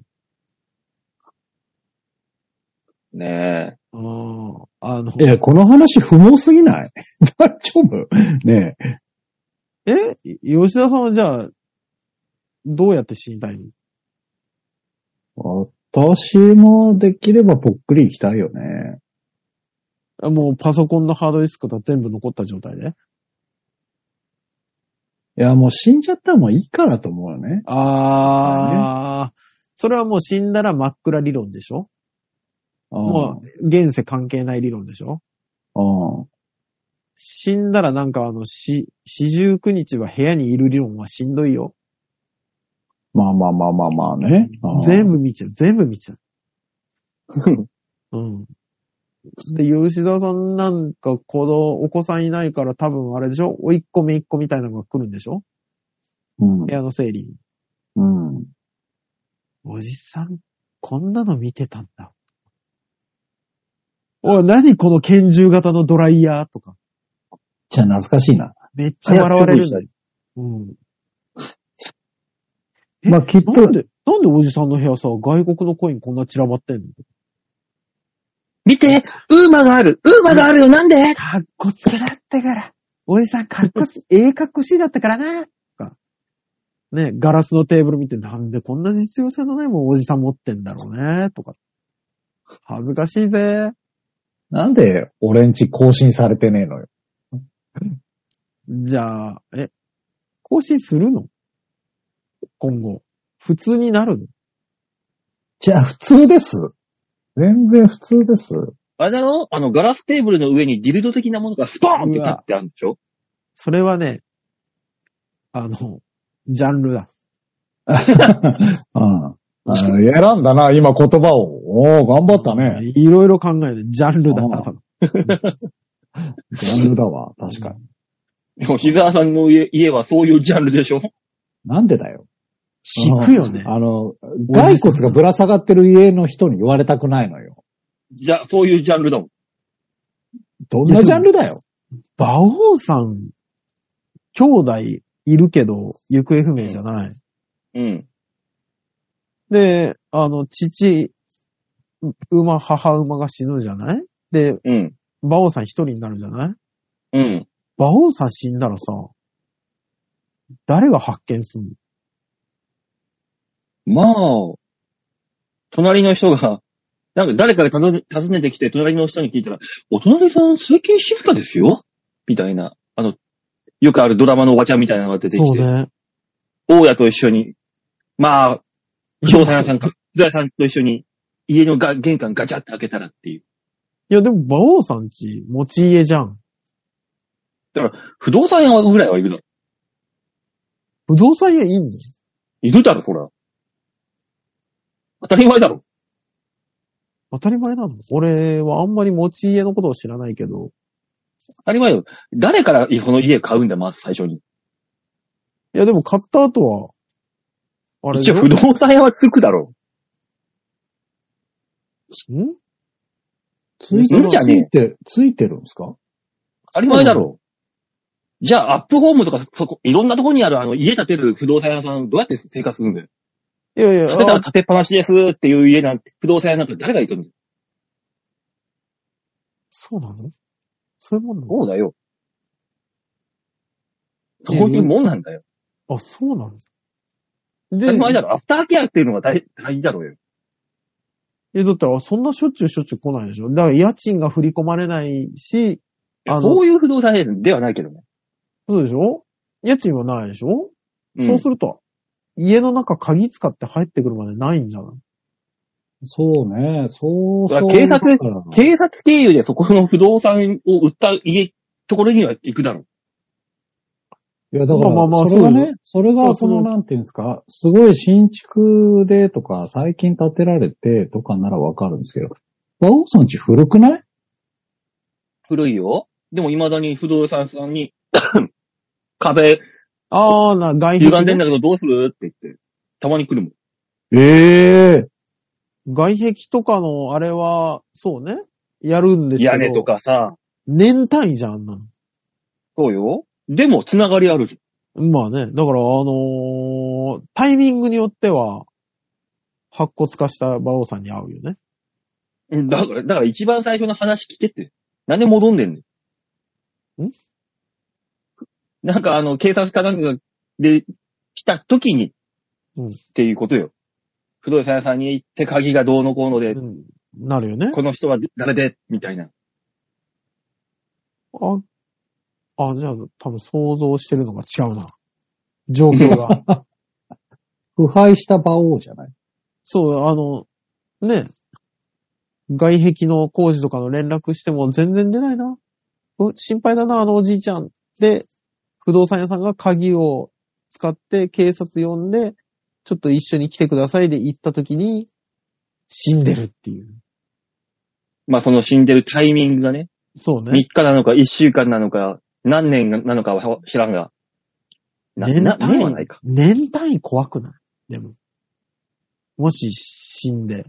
Speaker 2: ね
Speaker 3: あーあの、
Speaker 1: え、この話不毛すぎない？大丈夫ねえ。
Speaker 3: え吉田さんはじゃあ、どうやって死にたいの？
Speaker 1: 私もできればぽっくり行きたいよね。
Speaker 3: もうパソコンのハードディスクと全部残った状態で？
Speaker 1: いや、もう死んじゃったらもういいからと思うよね。
Speaker 3: あー、それはもう死んだら真っ暗理論でしょ？もう現世関係ない理論でしょ？
Speaker 1: うん。
Speaker 3: 死んだらなんかあの、し、四十九日は部屋にいる理論はしんどいよ。
Speaker 1: まあまあまあまあまあね。
Speaker 3: 全部見ちゃう、全部見ちゃう。
Speaker 2: え。
Speaker 3: うん。で、吉沢さんなんか子供、お子さんいないから多分あれでしょ？おいっ子めいっ子みたいなのが来るんでしょ？
Speaker 1: うん
Speaker 3: 部。屋の整理に。
Speaker 1: うん。
Speaker 3: おじさん、こんなの見てたんだ。おい、何この拳銃型のドライヤーとか。
Speaker 1: じゃあ懐かしいな。
Speaker 3: めっちゃ笑われるんだよ。うん。え
Speaker 1: まあきっと
Speaker 3: なんで、なんでおじさんの部屋さ、外国のコインこんな散らばってんの？
Speaker 2: 見て、ウーマがある、ウーマがあるよ、なんで？
Speaker 3: かっこつけだったから。おじさんかっこつ、ええかっこしいだったからな。とか。ね、ガラスのテーブル見てなんでこんな実用性のないもんおじさん持ってんだろうね。とか。恥ずかしいぜ。
Speaker 1: なんで俺んち更新されてねえのよ。
Speaker 3: じゃあ、え、更新するの？今後。普通になるの？
Speaker 1: じゃあ普通です。全然普通です。
Speaker 2: あれだろ？あの、ガラステーブルの上にディルド的なものがスポーンって立ってあるんでしょ？
Speaker 3: それはね、あの、ジャンルだ。
Speaker 1: うん。あ選んだな、今言葉を。おー、頑張ったね。
Speaker 3: いろいろ考える。ジャンルだった。
Speaker 1: ジャンルだわ、確かに。
Speaker 2: でも、日沢さんの家家はそういうジャンルでしょ？
Speaker 1: なんでだよ。
Speaker 3: 引くよね。
Speaker 1: あの、骸骨がぶら下がってる家の人に言われたくないのよ。
Speaker 2: じゃ、そういうジャンルだもん。
Speaker 1: どんなジャンルだよ。
Speaker 3: 馬王さん、兄弟いるけど、行方不明じゃない。
Speaker 2: うん。
Speaker 3: で、あの、父、馬、母馬が死ぬじゃない？で、
Speaker 2: うん。
Speaker 3: 馬王さん一人になるじゃない？
Speaker 2: うん。
Speaker 3: 馬王さん死んだらさ、誰が発見すんの？
Speaker 2: まあ、隣の人が、なんか誰かが訪ね訪ねてきて、隣の人に聞いたら、お隣さん最近静かですよみたいな、あの、よくあるドラマのおばちゃんみたいなのが出てきて、
Speaker 3: そうね。
Speaker 2: 大家と一緒に、まあ、不動産屋さんか、不動産屋さんと一緒に、家のが玄関ガチャって開けたらっていう。
Speaker 3: いや、でも馬王さんち、持ち家じゃん。
Speaker 2: だから、不動産屋ぐらいはいるだろ。
Speaker 3: 不動産屋いいんの？
Speaker 2: いるだろ、ほら。当たり前だろ。
Speaker 3: 当たり前なの？俺はあんまり持ち家のことを知らないけど。
Speaker 2: 当たり前よ。誰からその家買うんだよ、まず最初に。
Speaker 3: いや、でも買った後は、あれ
Speaker 2: 一応不動産屋はつくだろ。
Speaker 3: ん？
Speaker 1: ついてる
Speaker 2: んじゃねえ
Speaker 1: ついて、ついてるんですか？
Speaker 2: 当たり前だろ。じゃあ、アップホームとか、そこ、いろんなところにあるあの、家建てる不動産屋さん、どうやって生活するんだよ。
Speaker 3: いやいや、
Speaker 2: 建てたら建てっぱなしですっていう家なんて、不動産屋なんて誰が行くんだよ。
Speaker 3: そうなの？そういうもんなの？
Speaker 2: そうだよ。そういうもんなんだよ。
Speaker 3: あ、そうなの？
Speaker 2: 当
Speaker 3: で、
Speaker 2: たり前だろ。アフターケアっていうのが大大事だろうよ。
Speaker 3: え、だってそんなしょっちゅうしょっちゅう来ないでしょ？だから家賃が振り込まれないし、あの
Speaker 2: そういう不動産屋ではないけどね。
Speaker 3: そうでしょ？家賃はないでしょ？
Speaker 2: うん、
Speaker 3: そうすると、家の中鍵使って入ってくるまでないんじゃない？
Speaker 1: そうね、そうそう。
Speaker 2: 警察、警察経由でそこの不動産を売った家、ところには行くだろう。
Speaker 1: いや、だから、
Speaker 3: まあまあまあ
Speaker 1: それがね、
Speaker 3: そう
Speaker 1: それが、その、なんていうんですか、すごい新築でとか、最近建てられてとかならわかるんですけど、馬王さんち古くない？
Speaker 2: 古いよ。でも未だに不動産さんに、壁、
Speaker 3: ああ、な、外壁、
Speaker 2: 歪んでんだけどどうするって言って、たまに来るもん。
Speaker 1: ええ
Speaker 3: 外壁とかの、あれは、そうね。やるんですけど。
Speaker 2: 屋根とかさ。
Speaker 3: 年単位じゃん、あんなの。
Speaker 2: そうよ。でも、つながりあるじ
Speaker 3: まあね。だから、あのー、タイミングによっては、白骨化した馬王さんに会うよね。
Speaker 2: ゃん。だから、だから一番最初の話聞けって。なんで戻んねんねん。
Speaker 3: ん
Speaker 2: なんかあの、警察かなんかがで来た時に、
Speaker 3: うん。
Speaker 2: っていうことよ。不動産屋さんに行って鍵がどうのこうので、
Speaker 3: うん、なるよね。
Speaker 2: この人は誰で、みたいな。
Speaker 3: あ、あ、じゃあ、多分想像してるのが違うな。状況が。
Speaker 1: 腐敗した馬王じゃない？
Speaker 3: そう、あの、ね。外壁の工事とかの連絡しても全然出ないな。う心配だな、あのおじいちゃん。で、不動産屋さんが鍵を使って警察呼んで、ちょっと一緒に来てくださいで行った時に、死んでるっていう。
Speaker 2: まあその死んでるタイミングがね、
Speaker 3: そうね。
Speaker 2: みっかなのかいっしゅうかんなのか、何年なのかは知らんが。な、な、
Speaker 3: 年単位
Speaker 2: 年はないか。
Speaker 3: 年単位怖くない？でも。もし死んで。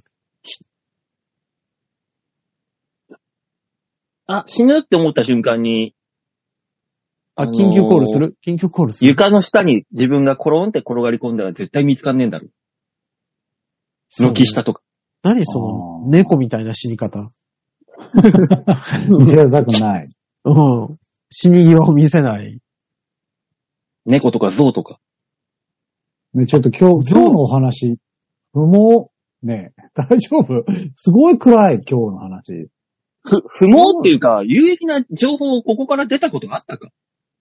Speaker 2: あ、死ぬって思った瞬間に、
Speaker 3: あ、
Speaker 2: あのー
Speaker 3: 緊急コールする？緊急コールする？
Speaker 2: 床の下に自分がコロンって転がり込んだら絶対見つかんねえんだろ。軒下とか。
Speaker 3: 何その猫みたいな死に方。
Speaker 1: 見せたくない。
Speaker 3: うん。死に際を見せない。
Speaker 2: 猫とか象とか。
Speaker 1: ね、ちょっと今日、今日のお話、不毛、ね、大丈夫？すごい暗い、今日の話。
Speaker 2: ふ、不毛っていうか、有益な情報ここから出たことあったか？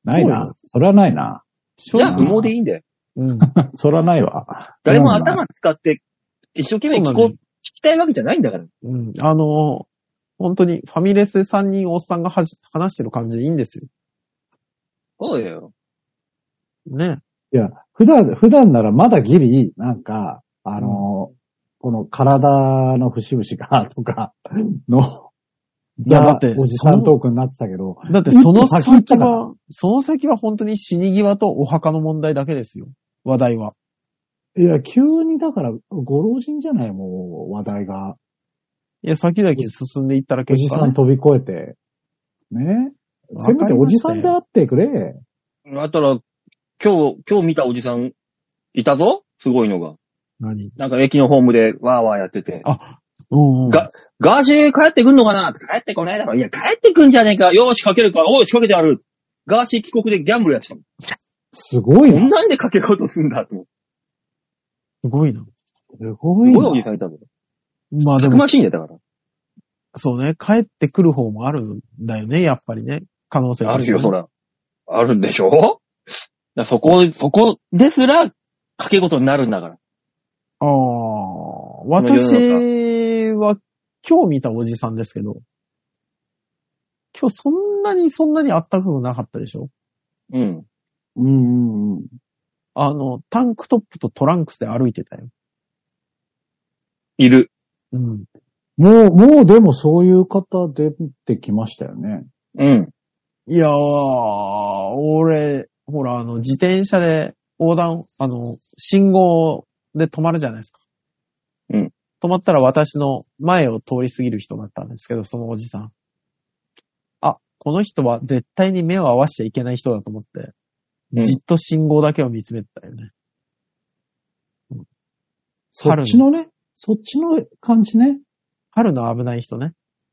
Speaker 1: ないな。それはないな。
Speaker 2: じゃあ、無毛でいいんだよ。
Speaker 3: うん。
Speaker 1: それはないわ。
Speaker 2: 誰も頭使って一生懸命聞こう、聞きたいわけじゃないんだから。
Speaker 3: うん。あの、本当にファミレスでさんにんおっさんがはじ話してる感じでいいんですよ。
Speaker 2: そうだよ。
Speaker 3: ね。
Speaker 1: いや、普段、普段ならまだギリ、なんか、あの、うん、この体の節々が、とか、の、
Speaker 3: いや、だって、
Speaker 1: おじさんトークになってたけど。
Speaker 3: だってその先は、その先は本当に死に際とお墓の問題だけですよ。話題は。
Speaker 1: いや、急にだから、ご老人じゃない、もう、話題が。
Speaker 3: いや、先々進んでいったら結
Speaker 1: 構、ね、おじさん飛び越えて。ね。せめておじさんであってくれ。
Speaker 2: だったら、今日、今日見たおじさん、いたぞすごいのが。
Speaker 3: 何
Speaker 2: なんか駅のホームでワーワーやってて。
Speaker 3: あ、うんうん。
Speaker 2: が、ガーシー帰ってくんのかなって帰ってこないだろ。いや、帰ってくんじゃねえか。よーし、かけるから。おい、仕掛けてやる。ガーシー帰国でギャンブルやってたもん。
Speaker 1: すごいな。
Speaker 2: なんでかけようとすんだと。
Speaker 3: すごいな。
Speaker 1: すごいな。
Speaker 2: すごいおじさんいたぞ。
Speaker 3: まあでも。
Speaker 2: たくましいんだよ、だから。
Speaker 3: そうね。帰ってくる方もあるんだよね、やっぱりね。可能性が
Speaker 2: ある。あるよ、そら。あるんでしょだそこ、そこですら、かけ事になるんだから。
Speaker 3: ああ、私は今日見たおじさんですけど、今日そんなにそんなにあったかくなかったでしょ？
Speaker 2: うん。
Speaker 1: うんうんうん。
Speaker 3: あの、タンクトップとトランクスで歩いてたよ。
Speaker 2: いる。
Speaker 3: うん。
Speaker 1: もう、もうでもそういう方出てきましたよね。
Speaker 2: うん。
Speaker 3: いやー、俺、ほら、あの、自転車で横断、あの、信号で止まるじゃないですか。
Speaker 2: うん。
Speaker 3: 止まったら私の前を通り過ぎる人だったんですけど、そのおじさん。あ、この人は絶対に目を合わしちゃいけない人だと思って、うん、じっと信号だけを見つめてたよね。
Speaker 1: うん、そっちのね、そっちの感じね。
Speaker 3: 春の危ない人ね。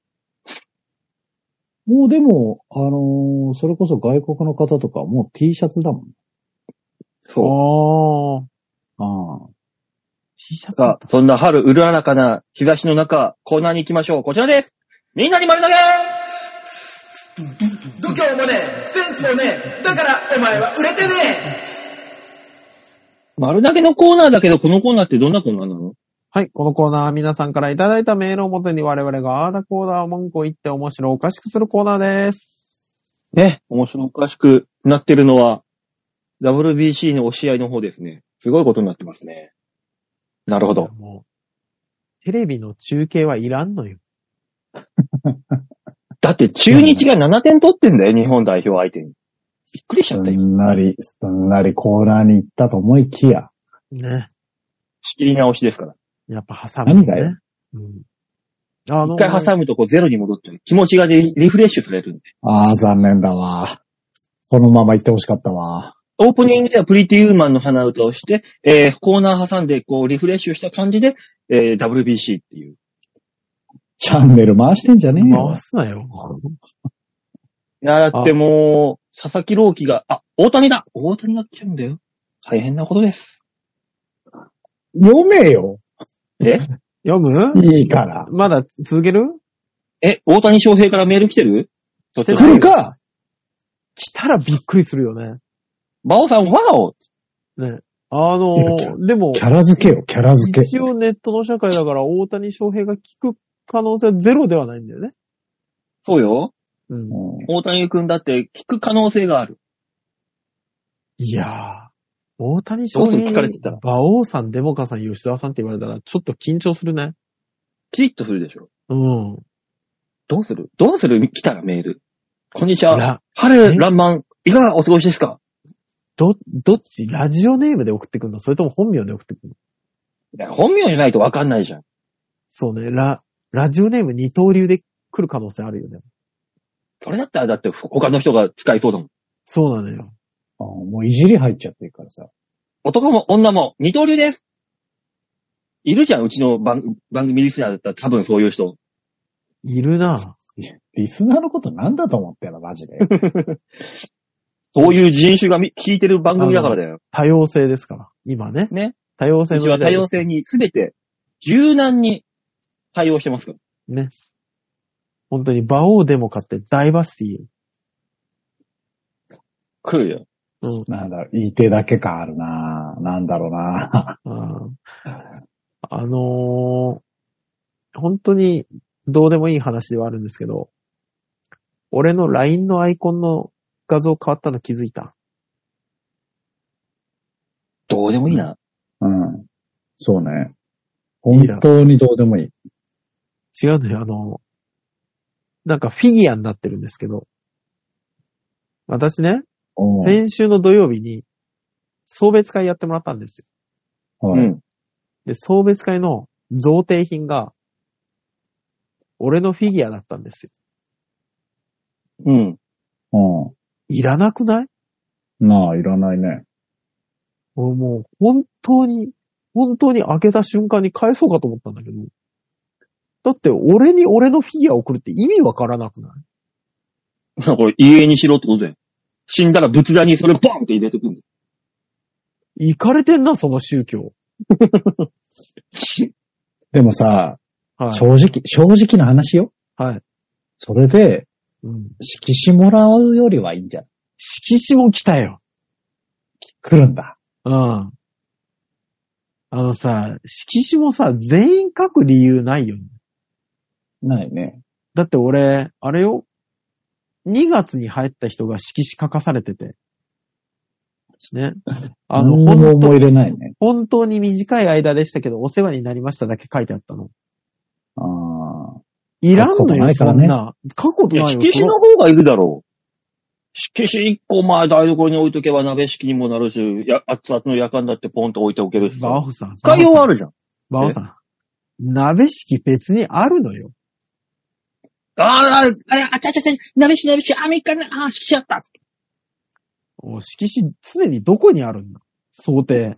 Speaker 1: もうでも、あのー、それこそ外国の方とかもう T シャツだもん。
Speaker 2: そう。
Speaker 3: ああ。
Speaker 1: ああ。
Speaker 3: T シャツ
Speaker 2: さあ、そんな春うららかな日差しの中、コーナーに行きましょう。こちらです。みんなに丸投げ
Speaker 4: 度胸もねえ、センスもねえ、だからお前は売れてね
Speaker 2: え。丸投げのコーナーだけど、このコーナーってどんなコーナーなの？
Speaker 3: はい。このコーナーは皆さんからいただいたメールをもとに我々があーだコーナーを文句を言って面白おかしくするコーナーです。
Speaker 2: ね、面白おかしくなってるのは ダブリュービーシー の押し合いの方ですね。すごいことになってますね。なるほど。
Speaker 3: もうテレビの中継はいらんのよ。
Speaker 2: だって中日がななてん取ってんだよ、日本代表相手に。びっくりしちゃったよ。
Speaker 1: すんなり、すんなりコーナーに行ったと思いきや。
Speaker 3: ね。
Speaker 2: 仕切り直しですから。
Speaker 3: やっぱ挟む、ね。
Speaker 1: 何がよ。
Speaker 3: うん。あのー、
Speaker 2: 一回挟むとこうゼロに戻っちゃう。気持ちがリフレッシュされるんで。
Speaker 1: ああ、残念だわ。そのまま行ってほしかったわ。
Speaker 2: オープニングではプリティウーマンの鼻歌をして、えー、コーナー挟んでこうリフレッシュした感じで、えー、ダブリュービーシー っていう。
Speaker 1: チャンネル回してんじゃねえよ。
Speaker 3: 回すなよ。
Speaker 2: いや、だってもう、佐々木朗希が、あ、大谷だ大谷になっちゃうんだよ。大変なことです。
Speaker 1: 読めよ。
Speaker 2: え
Speaker 3: 読む？
Speaker 1: いいから。
Speaker 3: まだ続ける？
Speaker 2: え、大谷翔平からメール来てる？
Speaker 3: 来て
Speaker 1: 来るか！
Speaker 3: 来たらびっくりするよね。
Speaker 2: バオさん、ワオ
Speaker 3: ね。あのー、でも、
Speaker 1: キャラ付けよ、キャラ付け。
Speaker 3: 一応ネットの社会だから大谷翔平が聞く可能性はゼロではないんだよね。
Speaker 2: そうよ。
Speaker 3: うん。
Speaker 2: 大谷くんだって聞く可能性がある。
Speaker 3: いやー、大谷翔平に馬王さん、デモカさん、吉沢さんって言われたらちょっと緊張するね。
Speaker 2: キリッとするでしょ。
Speaker 3: うん。
Speaker 2: どうするどうする来たらメール。こんにちは。
Speaker 3: ら
Speaker 2: 春爛漫、いかがお過ごしですか？
Speaker 3: ど、どっちラジオネームで送ってくるの？それとも本名で送ってくるの？
Speaker 2: いや、本名じゃないとわかんないじゃん。
Speaker 3: そうね。ラ、ラジオネーム二刀流で来る可能性あるよね。
Speaker 2: それだったらだって他の人が使いそうだもん。
Speaker 3: そうなのよ。
Speaker 1: あもういじり入っちゃってるからさ。
Speaker 2: 男も女も二刀流です。いるじゃん、うちの番、番組リスナーだったら多分そういう人。
Speaker 3: いるな。
Speaker 1: リスナーのことなんだと思ってんの、マジで。
Speaker 2: そういう人種が聞いてる番組だからだよ。
Speaker 3: 多様性ですから。今ね。
Speaker 2: ね。
Speaker 3: 多様性の時代です。
Speaker 2: うちは多様性にすべて柔軟に対応してますから。
Speaker 3: ね。本当に馬王デモかってダイバーシティ。
Speaker 2: 来るよ。
Speaker 3: うん。
Speaker 1: なんだろう、言い手だけ感あるななんだろうな
Speaker 3: うんあのー、本当にどうでもいい話ではあるんですけど、俺の ライン のアイコンの画像変わったの気づいた。
Speaker 2: どうでもいいな。
Speaker 1: うん。そうね。本当にどうでもいい。
Speaker 3: 違うんだよ、あの、なんかフィギュアになってるんですけど、私ね、
Speaker 1: おう
Speaker 3: 先週の土曜日に送別会やってもらったんですよ。
Speaker 1: はい
Speaker 2: うん。
Speaker 3: で、送別会の贈呈品が、俺のフィギュアだったんですよ。
Speaker 2: うん。
Speaker 1: う
Speaker 3: いらなくない？
Speaker 1: ん。なあ、いらないね。
Speaker 3: 俺もう、本当に、本当に開けた瞬間に返そうかと思ったんだけど、だって俺に俺のフィギュアを送るって意味わからなくない？
Speaker 2: これ、家にしろってことだよ。死んだら仏壇にそれボンって入れてくんだよ。
Speaker 3: イカれてんな、その宗教。
Speaker 1: でもさ、
Speaker 3: はい。
Speaker 1: 正直、正直な話よ。
Speaker 3: はい。
Speaker 1: それで、
Speaker 3: うん。
Speaker 1: 色紙もらうよりはいいんじゃん。
Speaker 3: 色紙も来たよ。
Speaker 1: 来るんだ。
Speaker 3: うん。あのさ、色紙もさ、全員書く理由ないよね。
Speaker 1: ないね。
Speaker 3: だって俺、あれよ。にがつに入った人が色紙書かされてて。ね。あの、
Speaker 1: 何にも
Speaker 3: 本当
Speaker 1: 思い入れないね。
Speaker 3: 本当に短い間でしたけど、お世話になりましただけ書いてあったの。
Speaker 1: ああ。
Speaker 3: いらんの
Speaker 1: 書くことな
Speaker 3: よ、
Speaker 1: いからね
Speaker 3: そんな。書くこと
Speaker 2: いや、
Speaker 3: ないよ。
Speaker 2: 色紙の方がいるだろう。色紙一個前台所に置いとけば鍋敷きにもなるし、や、熱々の夜間だってポンと置いておけるしさ。
Speaker 3: バオさん。
Speaker 2: 使いようはあるじゃん。
Speaker 3: バオさん。鍋敷き別にあるのよ。
Speaker 2: ああ、あ、あちゃちゃちゃ、鍋敷き鍋敷き、あ、みっかね、あ、敷きあった。
Speaker 3: お色紙常にどこにあるんだ？想定。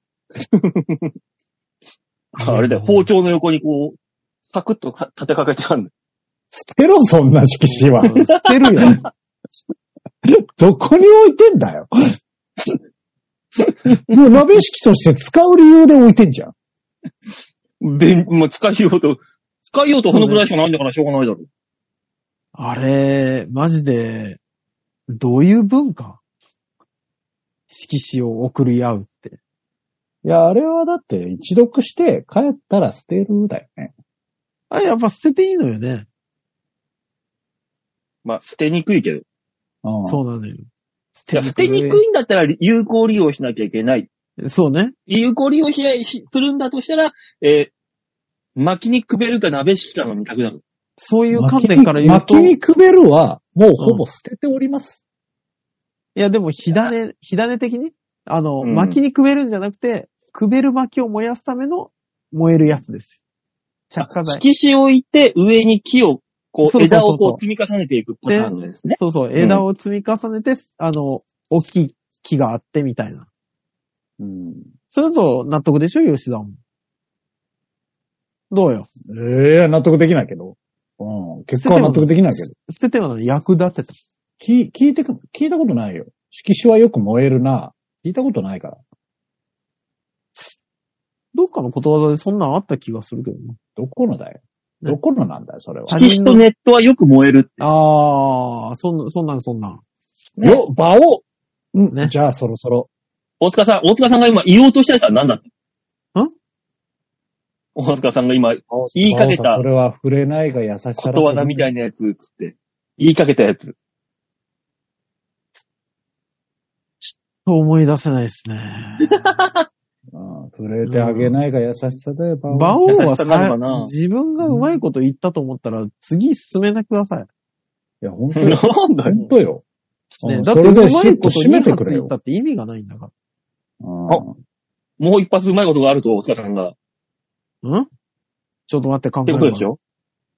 Speaker 2: あれだよ、包丁の横にこう、サクッとか立てかけてあるんだよ。
Speaker 1: 捨てろ、そんな色紙は。
Speaker 3: 捨てるよ。
Speaker 1: どこに置いてんだよ。もう鍋敷きとして使う理由で置いてんじゃん。
Speaker 2: で、もう使いようと、使いようとそのぐらいしかないんだからしょうがないだろ。
Speaker 3: あれ、マジで、どういう文化？色紙を送り合うって。
Speaker 1: いや、あれはだって一読して帰ったら捨てるだよね。
Speaker 3: あれやっぱ捨てていいのよね。
Speaker 2: まあ、捨てにくいけど。
Speaker 1: うん、
Speaker 3: そうなのよ。捨
Speaker 2: いや捨てにくいんだったら有効利用しなきゃいけない。
Speaker 3: そうね。
Speaker 2: 有効利用しないし、するんだとしたら、えー、薪にくべるか鍋敷きかの二択だろ。
Speaker 3: そういう観点から言うと。
Speaker 1: 薪にくべるは、もうほぼ捨てております。
Speaker 3: いや、でも、火種、火種的に、あの、
Speaker 2: うん
Speaker 3: 薪にくべるんじゃなくて、くべる薪を燃やすための燃えるやつですよ。着火剤。
Speaker 2: 敷石を置いて、上に木を、こう、
Speaker 3: そうそうそうそう
Speaker 2: 枝をこう積み重ねていくパターンのですね。
Speaker 3: そうそう、枝を積み重ねて、あの、大きい木があってみたいな。
Speaker 1: うん、
Speaker 3: それと納得でしょ、吉田も。どうよ。
Speaker 1: ええ納得できないけど。うん、結果は納得できないけど。
Speaker 3: 捨てては役立てた。
Speaker 1: 聞聞いてく、聞いたことないよ。色紙はよく燃えるな。聞いたことないから。
Speaker 3: どっかのことわざでそんなんあった気がするけどね。
Speaker 1: どこのだよ。
Speaker 3: ね
Speaker 1: どこのなんだよ、それは。
Speaker 2: 敷石とネットはよく燃えるって。
Speaker 3: あー、そんな、そんなんそんなん。
Speaker 2: ね
Speaker 1: よ、場を、うん、
Speaker 3: ね
Speaker 1: じゃあそろそろ。
Speaker 2: 大塚さん、大塚さんが今言おうとしたやつは何だった
Speaker 3: ん
Speaker 2: 大塚さんが今言いかけた
Speaker 1: それは触れないが優しさだと。
Speaker 2: ことわざみたいなやつ、つって。言いかけたやつ。
Speaker 3: 思い出せないですね。
Speaker 1: うん、触れてあげないが優しさだよ、場を。
Speaker 3: 馬王は
Speaker 2: 優しさなのかな
Speaker 3: さ、自分がうまいこと言ったと思ったら、次進めてください。
Speaker 1: いや、本当よ。
Speaker 2: なんだよ。
Speaker 1: 本当よ。
Speaker 3: ね、
Speaker 1: うん
Speaker 3: だってう
Speaker 1: それで
Speaker 3: まいこと
Speaker 1: 締めてくれよ
Speaker 3: に発言った。って意味がないんだか
Speaker 1: うん
Speaker 2: あもう一発うまいことがあると、大塚さんが。っ
Speaker 3: ら。んちょっと待って考え
Speaker 2: て
Speaker 3: る
Speaker 2: ことでしょ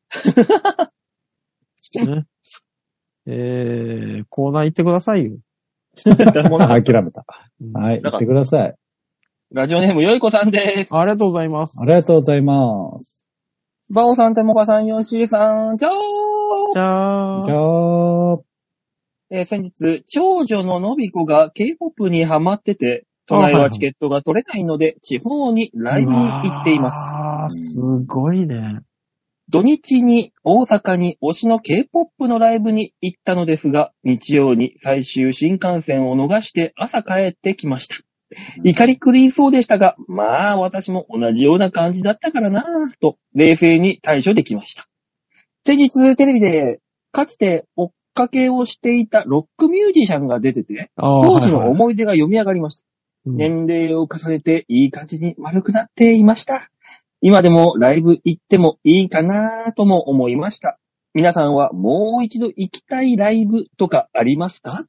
Speaker 3: ね。えー、コーナー行ってくださいよ。
Speaker 1: 諦めた。
Speaker 3: うん
Speaker 1: はい、言ってください。
Speaker 2: ラジオネーム、よいこさんです。
Speaker 3: ありがとうございます。
Speaker 1: ありがとうございます。
Speaker 2: バオさん、てもかさん、ヨッシーさん、チャー
Speaker 3: じゃあ
Speaker 1: じゃ、あ、
Speaker 2: えー先日、長女ののびこが K-ポップ にハマってて、都内はチケットが取れないので、地方にライブに行っています。
Speaker 3: あー、すごいね。
Speaker 2: 土日に大阪に推しの K-ポップ のライブに行ったのですが、日曜に最終新幹線を逃して朝帰ってきました。怒り狂いそうでしたが、まあ私も同じような感じだったからなぁと冷静に対処できました。先日テレビでかつて追っかけをしていたロックミュージシャンが出てて、当時の思い出が蘇りました。
Speaker 3: うん、
Speaker 2: 年齢を重ねていい感じに丸くなっていました。今でもライブ行ってもいいかなとも思いました。皆さんはもう一度行きたいライブとかありますか？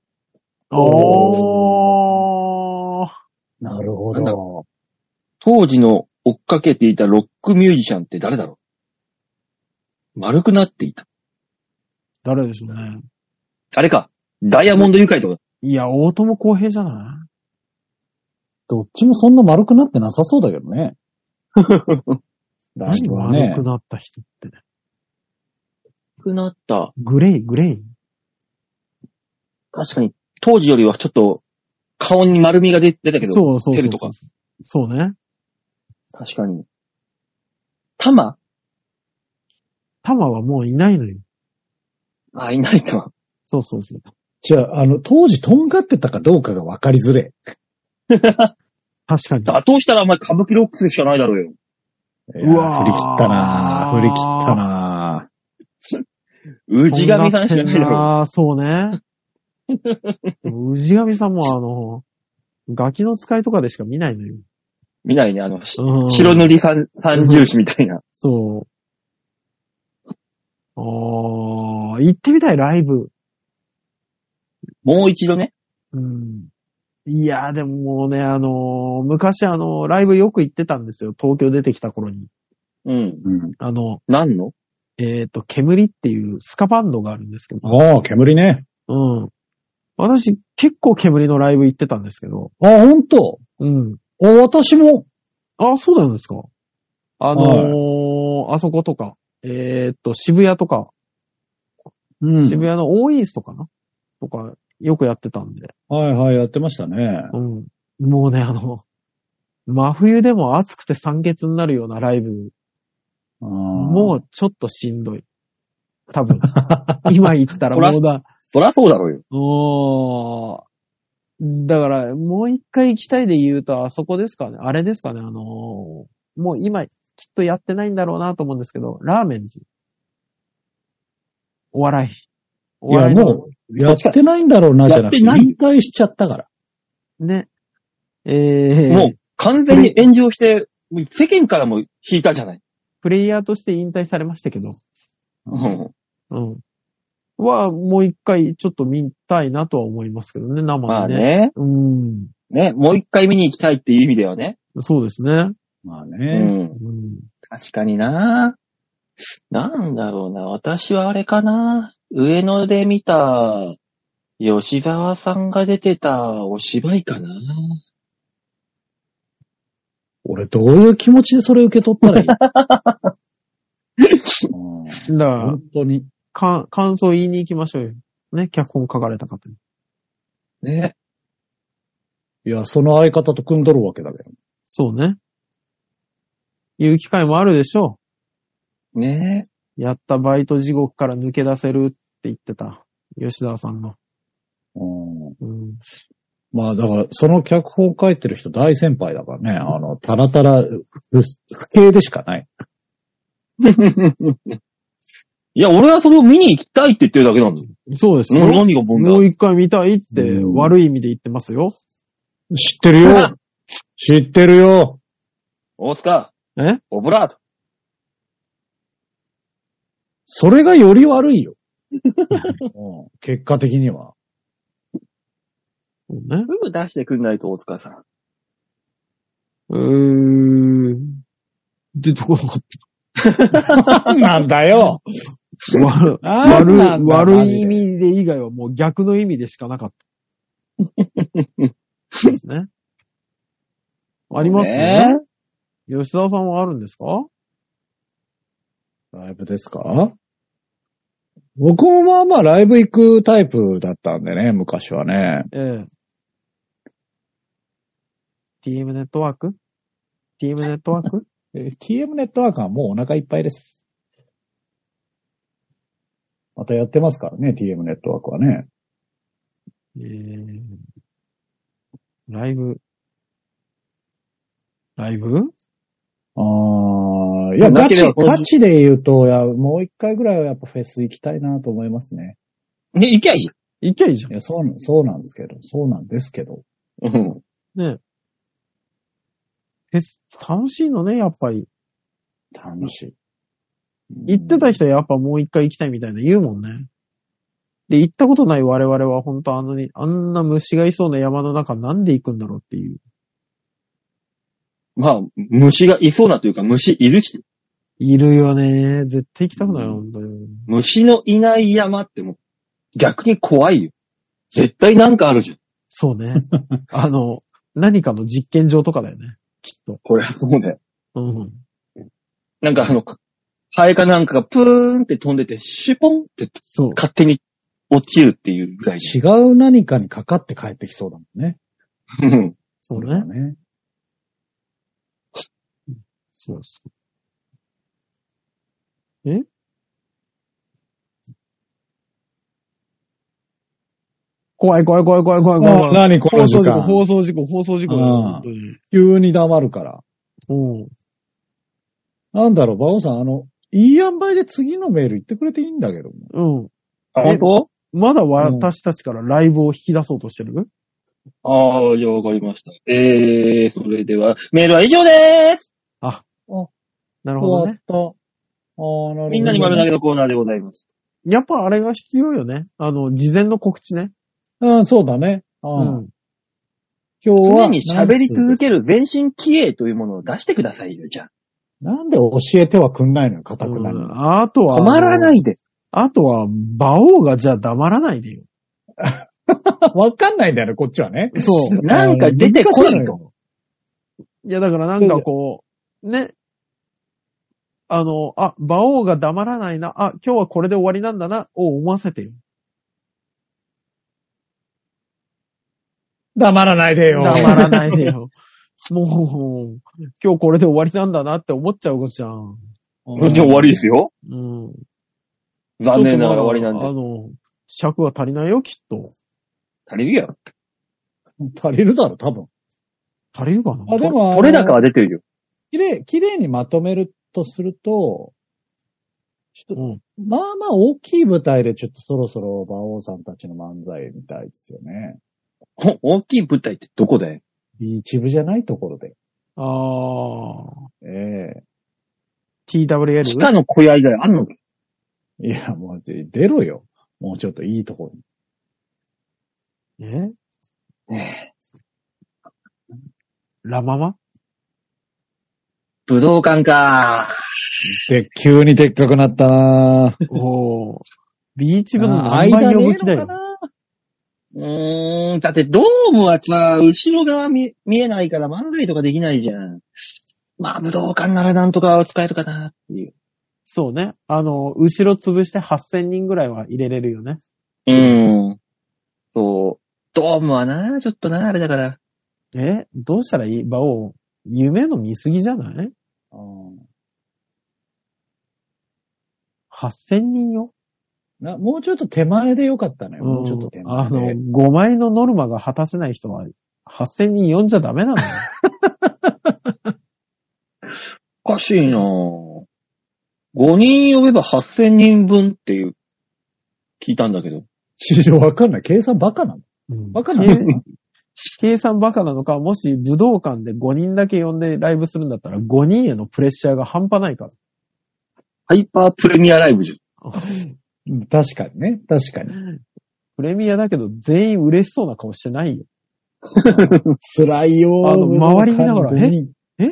Speaker 3: おー。
Speaker 1: なるほ
Speaker 2: なんだ
Speaker 1: ど。
Speaker 2: 当時の追っかけていたロックミュージシャンって誰だろう？丸くなっていた。
Speaker 3: 誰でしょうね。
Speaker 2: あれか。ダイヤモンドユカイとか。
Speaker 3: いや、大友康平じゃない？
Speaker 1: どっちもそんな丸くなってなさそうだけどね。ライブはね。
Speaker 3: 丸くなった人って。
Speaker 2: 丸くなった。
Speaker 3: グレイ、グレイ。
Speaker 2: 確かに、当時よりはちょっと、顔に丸みが出出たけど、
Speaker 3: そうそうそうそう。
Speaker 2: テルとか。
Speaker 3: そうね。
Speaker 2: 確かに。タマ？
Speaker 3: タマはもういないのよ。
Speaker 2: あ、いないか。
Speaker 3: そうそうそう。
Speaker 1: じゃあ、あの、当時とんがってたかどうかが分かりづれ。
Speaker 3: 確かに。
Speaker 2: だとしたらお前歌舞伎ロックスしかないだろうよ。
Speaker 1: うわ振り切ったな振り切ったな
Speaker 2: 氏神さんしかないだろう。
Speaker 3: ああ、そうね。氏神さんもあの、ガキの使いとかでしか見ないのよ。
Speaker 2: 見ないね、あの、し
Speaker 3: うん、
Speaker 2: 白塗り三三重視みたいな。
Speaker 3: そう。ああ、行ってみたい、ライブ。
Speaker 2: もう一度ね。
Speaker 3: うん。いやーでももうね、あのー、昔あの、ライブよく行ってたんですよ。東京出てきた頃に。
Speaker 2: うん。
Speaker 1: うん。
Speaker 3: あの、
Speaker 2: 何の？
Speaker 3: えっと、煙っていうスカバンドがあるんですけど。
Speaker 1: ああ、煙ね。
Speaker 3: うん。私、結構煙のライブ行ってたんですけど。
Speaker 1: ああ、ほんと。
Speaker 3: うん。
Speaker 1: あ、私も。
Speaker 3: あ、そうなんですか。あのー、あそことか。えっと、渋谷とか。
Speaker 1: うん。
Speaker 3: 渋谷のオーイースとかなとか、よくやってたんで。
Speaker 1: はいはい、やってましたね。
Speaker 3: うん。もうね、あの、真冬でも暑くて酸欠になるようなライブ、もうちょっとしんどい。多分。今言ったらもうだ。
Speaker 2: そらそうだろうよ。
Speaker 3: おー。だから、もう一回行きたいで言うと、あそこですかね。あれですかね。あのー、もう今、きっとやってないんだろうなと思うんですけど、ラーメンズ。お笑い。お笑い
Speaker 1: いや、もう、やってないんだろうな、じゃなくて、引退しちゃったから。
Speaker 3: ね。えー。
Speaker 2: もう、完全に炎上して、世間からも引いたじゃない。
Speaker 3: プレイヤーとして引退されましたけど。
Speaker 2: うん。
Speaker 3: うん。は、もう一回ちょっと見たいなとは思いますけどね、生でね。
Speaker 2: まあね。
Speaker 3: うん。
Speaker 2: ね、もう一回見に行きたいっていう意味ではね。
Speaker 3: そうですね。
Speaker 1: まあね。
Speaker 2: うん。
Speaker 3: うん、
Speaker 2: 確かにな。なんだろうな。私はあれかな。上野で見た、吉沢さんが出てたお芝居かな。
Speaker 1: 俺どういう気持ちでそれ受け取ったらいいうん、
Speaker 3: だから、
Speaker 1: 本当に。
Speaker 3: か、感想言いに行きましょうよ。ね、脚本書かれた方に。
Speaker 2: ね。
Speaker 1: いや、その相方と組んどるわけだけど。
Speaker 3: そうね。言う機会もあるでしょ
Speaker 2: う。ね
Speaker 3: え。やったバイト地獄から抜け出せるって言ってた。吉沢さんの。
Speaker 1: うん、
Speaker 3: うん、
Speaker 1: まあ、だから、その脚本書いてる人大先輩だからね。あの、たらたら不、不敬でしかない。
Speaker 2: いや、俺はそれを見に行きたいって言ってるだけなんだよ。
Speaker 3: そうですよ。
Speaker 2: 何が問題？
Speaker 3: もう一回見たいって悪い意味で言ってますよ。
Speaker 1: 知ってるよ知ってるよ
Speaker 2: 大塚。
Speaker 3: え？
Speaker 2: オブラート。
Speaker 1: それがより悪いよ。うん、結果的には。
Speaker 3: そうね。
Speaker 2: すぐ出してくんないと、大塚さん。
Speaker 3: うーん。出てこなかった。
Speaker 1: なんだよ
Speaker 3: 悪悪い、悪い意味で以外はもう逆の意味でしかなかった。ですね。ありますね。吉沢さんはあるんですか？
Speaker 1: ライブですか？僕もまあまあライブ行くタイプだったんでね、昔はね。
Speaker 3: ええ。ティーエム ネットワーク ?ティーエム ネットワーク
Speaker 1: ティーエム ネットワークはもうお腹いっぱいです。 またやってますからね、ティーエム ネットワークはね。
Speaker 3: えー、ライブ。ライブ
Speaker 1: ああ、いや、ガチ、
Speaker 2: なければ
Speaker 1: ガチで言うと、いや、もう一回ぐらいはやっぱフェス行きたいなと思いますね。
Speaker 2: ね、行きゃいいじ
Speaker 3: 行きゃいいじゃ
Speaker 1: いや、そう、そうなんですけど、そうなんですけど。
Speaker 2: ゃん。うん。
Speaker 3: ん。ね。フェス、楽しいのね、やっぱり。
Speaker 1: 楽しい。
Speaker 3: 行ってた人はやっぱもう一回行きたいみたいな言うもんね。で、行ったことない我々は本当あのに、あんな虫がいそうな山の中なんで行くんだろうっていう。
Speaker 2: まあ、虫がいそうなというか、虫いるし、
Speaker 3: いるよね。絶対行きたくないよ、本当に。
Speaker 2: 虫のいない山ってもう、逆に怖いよ。絶対なんかあるじゃん。
Speaker 3: そうね。あの、何かの実験場とかだよね。きっと。
Speaker 2: これはそうだよ。
Speaker 3: うん。
Speaker 2: なんかあの、ハエかなんかがプーンって飛んでて、シュポンって
Speaker 3: そう。
Speaker 2: 勝手に落ちるっていうぐらい
Speaker 1: 違う何かにかかって帰ってきそうだもんね。
Speaker 2: うん。
Speaker 3: そう
Speaker 1: これは
Speaker 3: ね。
Speaker 1: ね。
Speaker 3: そうそう。え怖い怖い怖い怖い怖い怖い怖い。
Speaker 1: 何この
Speaker 3: 放送事故、
Speaker 1: 時間。
Speaker 3: 放送事故、放送事故だよ。
Speaker 1: ああ
Speaker 3: 本当に。
Speaker 1: 急に黙るから。
Speaker 3: うん。
Speaker 1: なんだろう、バオさん、あの、いい塩梅で次のメール言ってくれていいんだけども。
Speaker 3: うん。
Speaker 2: あ、本当？
Speaker 3: まだ私たちからライブを引き出そうとしてる？
Speaker 2: ああ、じゃあわかりました。えー、それでは、メールは以上でーす。
Speaker 3: あ、
Speaker 1: あ、
Speaker 3: なるほどね。
Speaker 1: 終わった。ああ、なるほど、ね。
Speaker 2: みんなに丸投げのコーナーでございます。
Speaker 3: やっぱあれが必要よね。あの、事前の告知ね。
Speaker 1: うん、そうだね。
Speaker 3: う
Speaker 1: うん。
Speaker 3: ん。
Speaker 1: 今日は。
Speaker 2: 常に喋り続ける全身気鋭というものを出してくださいよ、じゃあ。
Speaker 1: なんで教えてはくんないのよ、かたくなに。
Speaker 3: うんあとは、
Speaker 2: 困らないで。
Speaker 3: あとは、馬王がじゃあ黙らないでよ。
Speaker 1: わかんないんだよね、こっちはね。
Speaker 3: そう。
Speaker 2: なんか出てこいと。
Speaker 3: いや、だからなんかこう、ね。あの、あ、馬王が黙らないな、あ、今日はこれで終わりなんだな、を思わせてよ。
Speaker 1: 黙らないでよ。
Speaker 3: 黙らないでよ。もう、今日これで終わりなんだなって思っちゃうことじゃん。
Speaker 2: うんで終わりですよ。
Speaker 3: うん。
Speaker 2: 残念ながら終わりなんで。
Speaker 3: あの、尺が足りないよ、きっと。
Speaker 2: 足りるよ。
Speaker 1: 足りるだろ、多分。
Speaker 3: 足りるかな
Speaker 1: あ、でも、
Speaker 2: 取れ高は出てるよ。
Speaker 1: 綺麗、綺麗にまとめるとすると、ちょっと、
Speaker 3: うん。
Speaker 1: まあまあ大きい舞台でちょっとそろそろ馬王さんたちの漫才みたいですよね。
Speaker 2: ほ大きい舞台ってどこだよ。
Speaker 1: ビーチ部じゃないところで。
Speaker 3: あー、
Speaker 1: え
Speaker 3: ティーダブリューエル?
Speaker 2: 地下の小屋以外あんのか？
Speaker 1: えいや、もう出ろよ。もうちょっといいところに。
Speaker 3: え
Speaker 2: ねえ
Speaker 3: ラママ
Speaker 2: 武道館か。
Speaker 1: で、急にでっかくなったなぁ。
Speaker 3: おー。ビーチ部の
Speaker 1: あ
Speaker 3: 何倍の
Speaker 1: 間ねえ
Speaker 3: 動きだよ。
Speaker 1: のかな
Speaker 2: うーん、だってドームはさ、後ろ側見見えないから漫才とかできないじゃん。まあ武道館ならなんとか使えるかなっていう。
Speaker 3: そうね。あの、後ろ潰してはっせんにんぐらいは入れれるよね。
Speaker 2: うーん。そう。ドームはな、ちょっとな、あれだから。
Speaker 3: えどうしたらいい馬王、夢の見過ぎじゃない？
Speaker 1: うん
Speaker 3: はっせんにんよ。
Speaker 1: なもうちょっと手前でよかったのよ。もうちょっと手前
Speaker 3: あの、
Speaker 1: で。
Speaker 3: ごまいのノルマが果たせない人は、はっせんにん呼んじゃダメなのよ。
Speaker 2: おかしいなぁ。ごにん呼べばはっせんにんぶんっていう、聞いたんだけど。
Speaker 1: 地上わかんない。計算バカなの
Speaker 3: うん
Speaker 1: バカなの
Speaker 3: 計計算バカなのか、もし武道館でごにんだけ呼んでライブするんだったらごにんへのプレッシャーが半端ないから。
Speaker 2: ハイパープレミアライブじゃん。
Speaker 1: うん確かにね。確かに。
Speaker 3: プレミアだけど全員嬉しそうな顔してないよ。
Speaker 1: 辛いよー。
Speaker 3: あの周り見ながら
Speaker 1: ごにん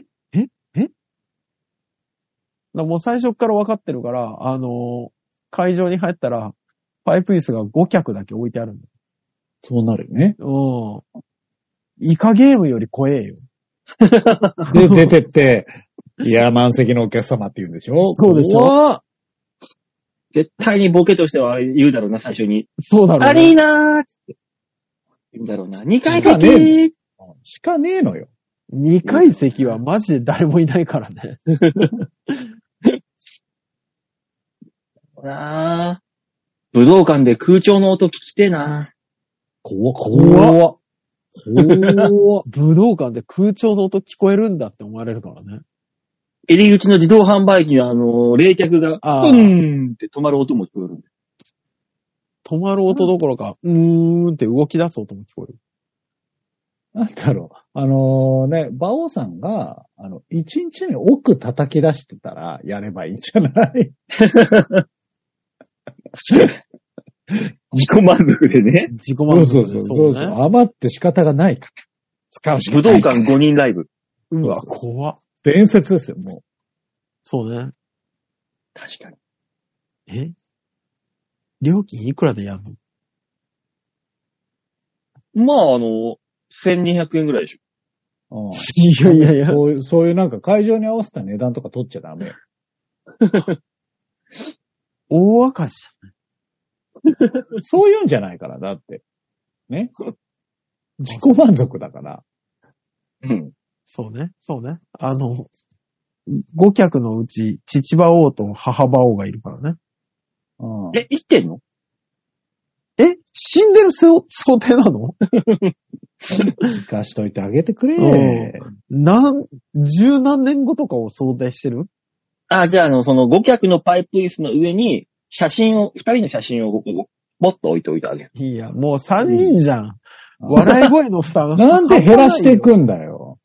Speaker 3: だからもう最初から分かってるから、あのー会場に入ったら、パイプ椅子がご脚だけ置いてあるんだ
Speaker 1: そうなるよね。
Speaker 3: よ。うん。イカゲームより怖えよ。
Speaker 1: で、出てって、いや、満席のお客様って言うんでしょ
Speaker 3: そうでしょ
Speaker 1: 怖っ
Speaker 2: 絶対にボケとしては言うだろうな、最初に。
Speaker 3: そうだろう、ね。
Speaker 2: アリーナーって言うんだろうな。にかい
Speaker 1: しかね
Speaker 2: 席
Speaker 1: しかねえのよ。
Speaker 3: にかい席はマジで誰もいないからね。
Speaker 2: なぁ。 武道館で空調の音聞きてえな。
Speaker 1: 怖っ、怖っ。怖っ。
Speaker 3: 武道館で空調の音聞こえるんだって思われるからね。
Speaker 2: 入り口の自動販売機のあの、冷却が、
Speaker 3: あー
Speaker 2: うーんって止まる音も聞こえるんで。
Speaker 3: 止まる音どころか、うーんって動き出す音も聞こえる。
Speaker 1: なんだろう。あのね、馬王さんが、あの、一日に奥叩き出してたらやればいいんじゃない
Speaker 2: 自己満足でね。
Speaker 3: 自己満足で
Speaker 1: そうそうそう。
Speaker 3: ね。
Speaker 1: 余って仕方がないから。使うしか
Speaker 2: 武
Speaker 1: ない。
Speaker 2: 道館ごにんライブ。
Speaker 3: うわ、怖っ。
Speaker 1: 伝説ですよ、も
Speaker 3: そうね。
Speaker 2: 確かに。
Speaker 3: え料金いくらでやるの？
Speaker 2: まあ、あの、せんにひゃくえんぐらいでしょ。
Speaker 1: う。うん
Speaker 3: いやいやいや。
Speaker 1: そういう、そういうなんか会場に合わせた値段とか取っちゃダメよ。
Speaker 3: 大赤字
Speaker 1: そういうんじゃないから、だって。ね。自己満足だから。
Speaker 2: うん。
Speaker 3: そうね。そうね。あの、ご客のうち、父馬王と母馬王がいるからね。
Speaker 1: うん。
Speaker 2: え、生きてんの？
Speaker 3: え死んでる想想定なの？
Speaker 1: 生かしといてあげてくれ。
Speaker 3: うん何、十何年後とかを想定してる？
Speaker 2: あ、じゃあ、あの、そのご脚のパイプ椅子の上に、写真を、二人の写真を僕、もっと置いておいてあげる。
Speaker 3: いや、もう三人じゃん。笑い声の負担が。
Speaker 1: なんで減らしていくんだよ。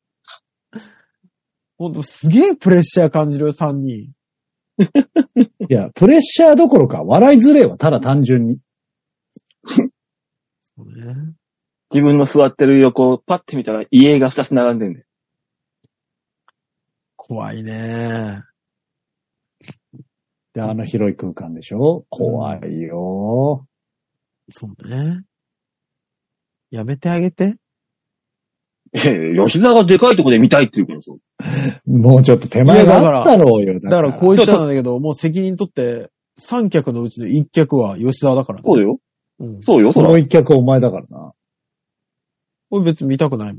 Speaker 3: ほんと、すげえプレッシャー感じるよ、三人。
Speaker 1: いや、プレッシャーどころか笑いづれえわ、ただ単純に。
Speaker 3: そうね。
Speaker 2: 自分の座ってる横をパッて見たら家が二つ並んでんね。
Speaker 3: 怖いね。
Speaker 1: で、あの広い空間でしょ？怖いよ。
Speaker 3: そうね。やめてあげて。
Speaker 2: ええ、吉田がでかいとこで見たいっていうからそう。
Speaker 1: もうちょっと手前があったろうよ。
Speaker 3: だからこう言っちゃうんだけど、もう責任取って、三脚のうちの一脚は吉沢だからね。
Speaker 2: そうだよ。
Speaker 3: うん。
Speaker 2: そうよ、そら。
Speaker 1: その一脚お前だからな。
Speaker 3: 俺別に見たくないもん。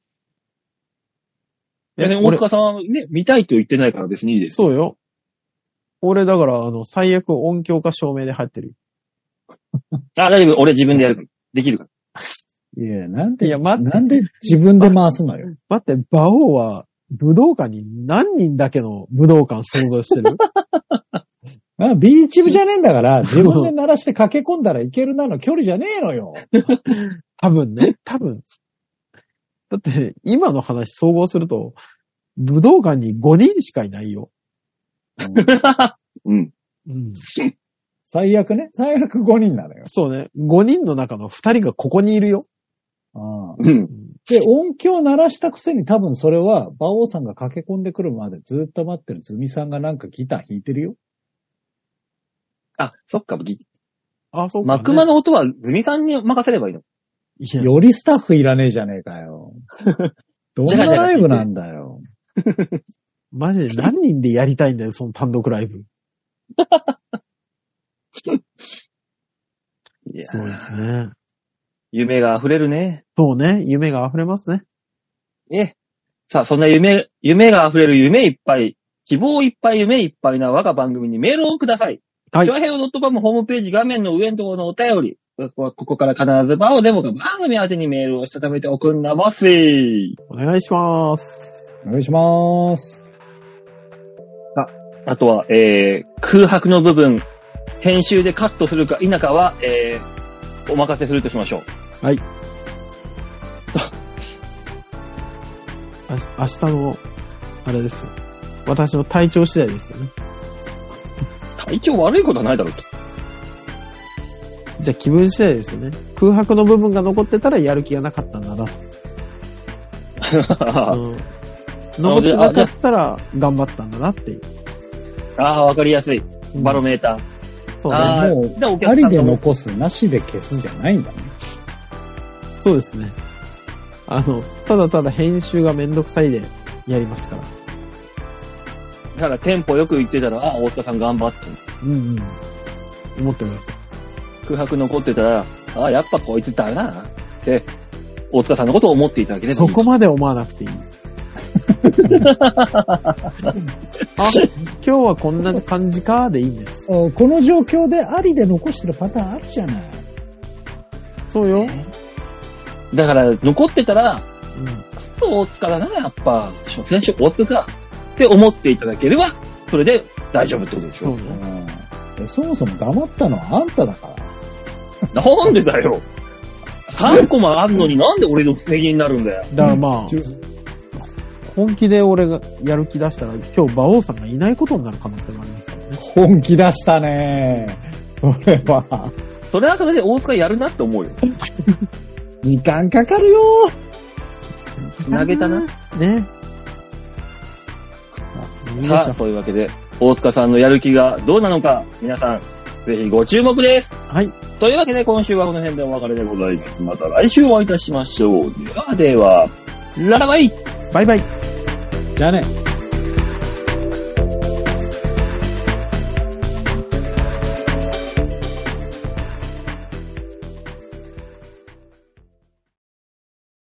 Speaker 2: いやね、大塚さんはね、見たいと言ってないから別にいいです。
Speaker 3: そうよ。俺だから、あの、最悪音響か照明で入ってる。
Speaker 2: あ、大丈夫。俺自分でやるから。できるから。
Speaker 1: いや、なんで、
Speaker 3: いや待って
Speaker 1: なんで自分で回すのよ。
Speaker 3: 待って、馬王は武道館に何人だけの武道館想像してる？
Speaker 1: あ、ビーチ部じゃねえんだから、自分で鳴らして駆け込んだらいけるなの距離じゃねえのよ。
Speaker 3: 多分ね、多分。だって、今の話総合すると、武道館にごにんしかいないよ。
Speaker 2: うん。
Speaker 3: うん。
Speaker 1: 最悪ね。最悪ごにんなのよ。
Speaker 3: そうね。ごにんの中のふたりがここにいるよ。
Speaker 1: ああ
Speaker 2: うん。
Speaker 1: で、音響鳴らしたくせに多分それは、馬王さんが駆け込んでくるまでずっと待ってるズミさんがなんかギター弾いてるよ。
Speaker 2: あ、そっか。ギ
Speaker 3: あ、そうか、ね。
Speaker 2: マクマの音はズミさんに任せればいいの。
Speaker 3: いや、
Speaker 1: よりスタッフいらねえじゃねえかよ。どんなライブなんだよ。
Speaker 3: マジで何人でやりたいんだよ、その単独ライブ。
Speaker 2: いや
Speaker 3: そうですね。
Speaker 2: 夢が溢れるね。
Speaker 3: そうね。夢が溢れますね。
Speaker 2: え。さあ、そんな夢、夢が溢れる夢いっぱい、希望いっぱい夢いっぱいな我が番組にメールをください。
Speaker 3: はい
Speaker 2: ちょうへいお .com ホームページ画面の上のところのお便り。ここここから必ずバオデモが番組宛てにメールをしたためておくんなもすい。
Speaker 3: お願いします。
Speaker 1: お願いしまーす。
Speaker 2: あとは、えー、空白の部分、編集でカットするか否かは、えー、お任せするとしましょう。
Speaker 3: はい。あ明日の、あれですよ。私の体調次第ですよね。
Speaker 2: 体調悪いことはないだろうと。
Speaker 3: じゃあ気分次第ですよね。空白の部分が残ってたらやる気がなかったんだな。うん、残ってなかったら頑張ったんだなっていう。
Speaker 2: ああ、わかりやすい。バロメーター。
Speaker 3: そうね。
Speaker 2: あー
Speaker 1: もう、
Speaker 2: じゃあお
Speaker 1: ありで
Speaker 2: 客さんが
Speaker 1: 残す、なしで消すじゃないんだね。
Speaker 3: そうですね。あの、ただただ編集がめんどくさいでやりますから。
Speaker 2: だからテンポよく言ってたら、あ、大塚さん頑張った。
Speaker 3: うんうん。思ってます。
Speaker 2: 空白残ってたら、あ、やっぱこいつだな。って、大塚さんのことを思っていただければいい。
Speaker 3: そこまで思わなくていい。 あ、今日はこんな感じかでいいんです。
Speaker 1: この状況でありで残してるパターンあるじゃない。
Speaker 3: そうよ。
Speaker 2: だから、残ってたら、
Speaker 3: うん、
Speaker 2: 大塚だな、やっぱ、初戦勝大塚か。って思っていただければ、それで大丈夫ってことでしょ。
Speaker 3: そうね。
Speaker 1: うん、そもそも黙ったのはあんただから。
Speaker 2: なんでだよ。さんこもあるのになんで俺の責任になるんだよ。
Speaker 3: だからまあ、本気で俺がやる気出したら、今日馬王さんがいないことになる可能性もありますよね。
Speaker 1: 本気出したね。それは。
Speaker 2: それはそれで大塚やるなって思うよ。
Speaker 1: 時間かかるよ。
Speaker 2: つなげたな。
Speaker 3: ね。
Speaker 2: さあ、そういうわけで、大塚さんのやる気がどうなのか、皆さん、ぜひご注目です。
Speaker 3: はい。
Speaker 2: というわけで、今週はこの辺でお別れでございます。また来週お会いいたしましょう。ではでは、ララバイ
Speaker 3: バイバイ。
Speaker 1: じゃあね。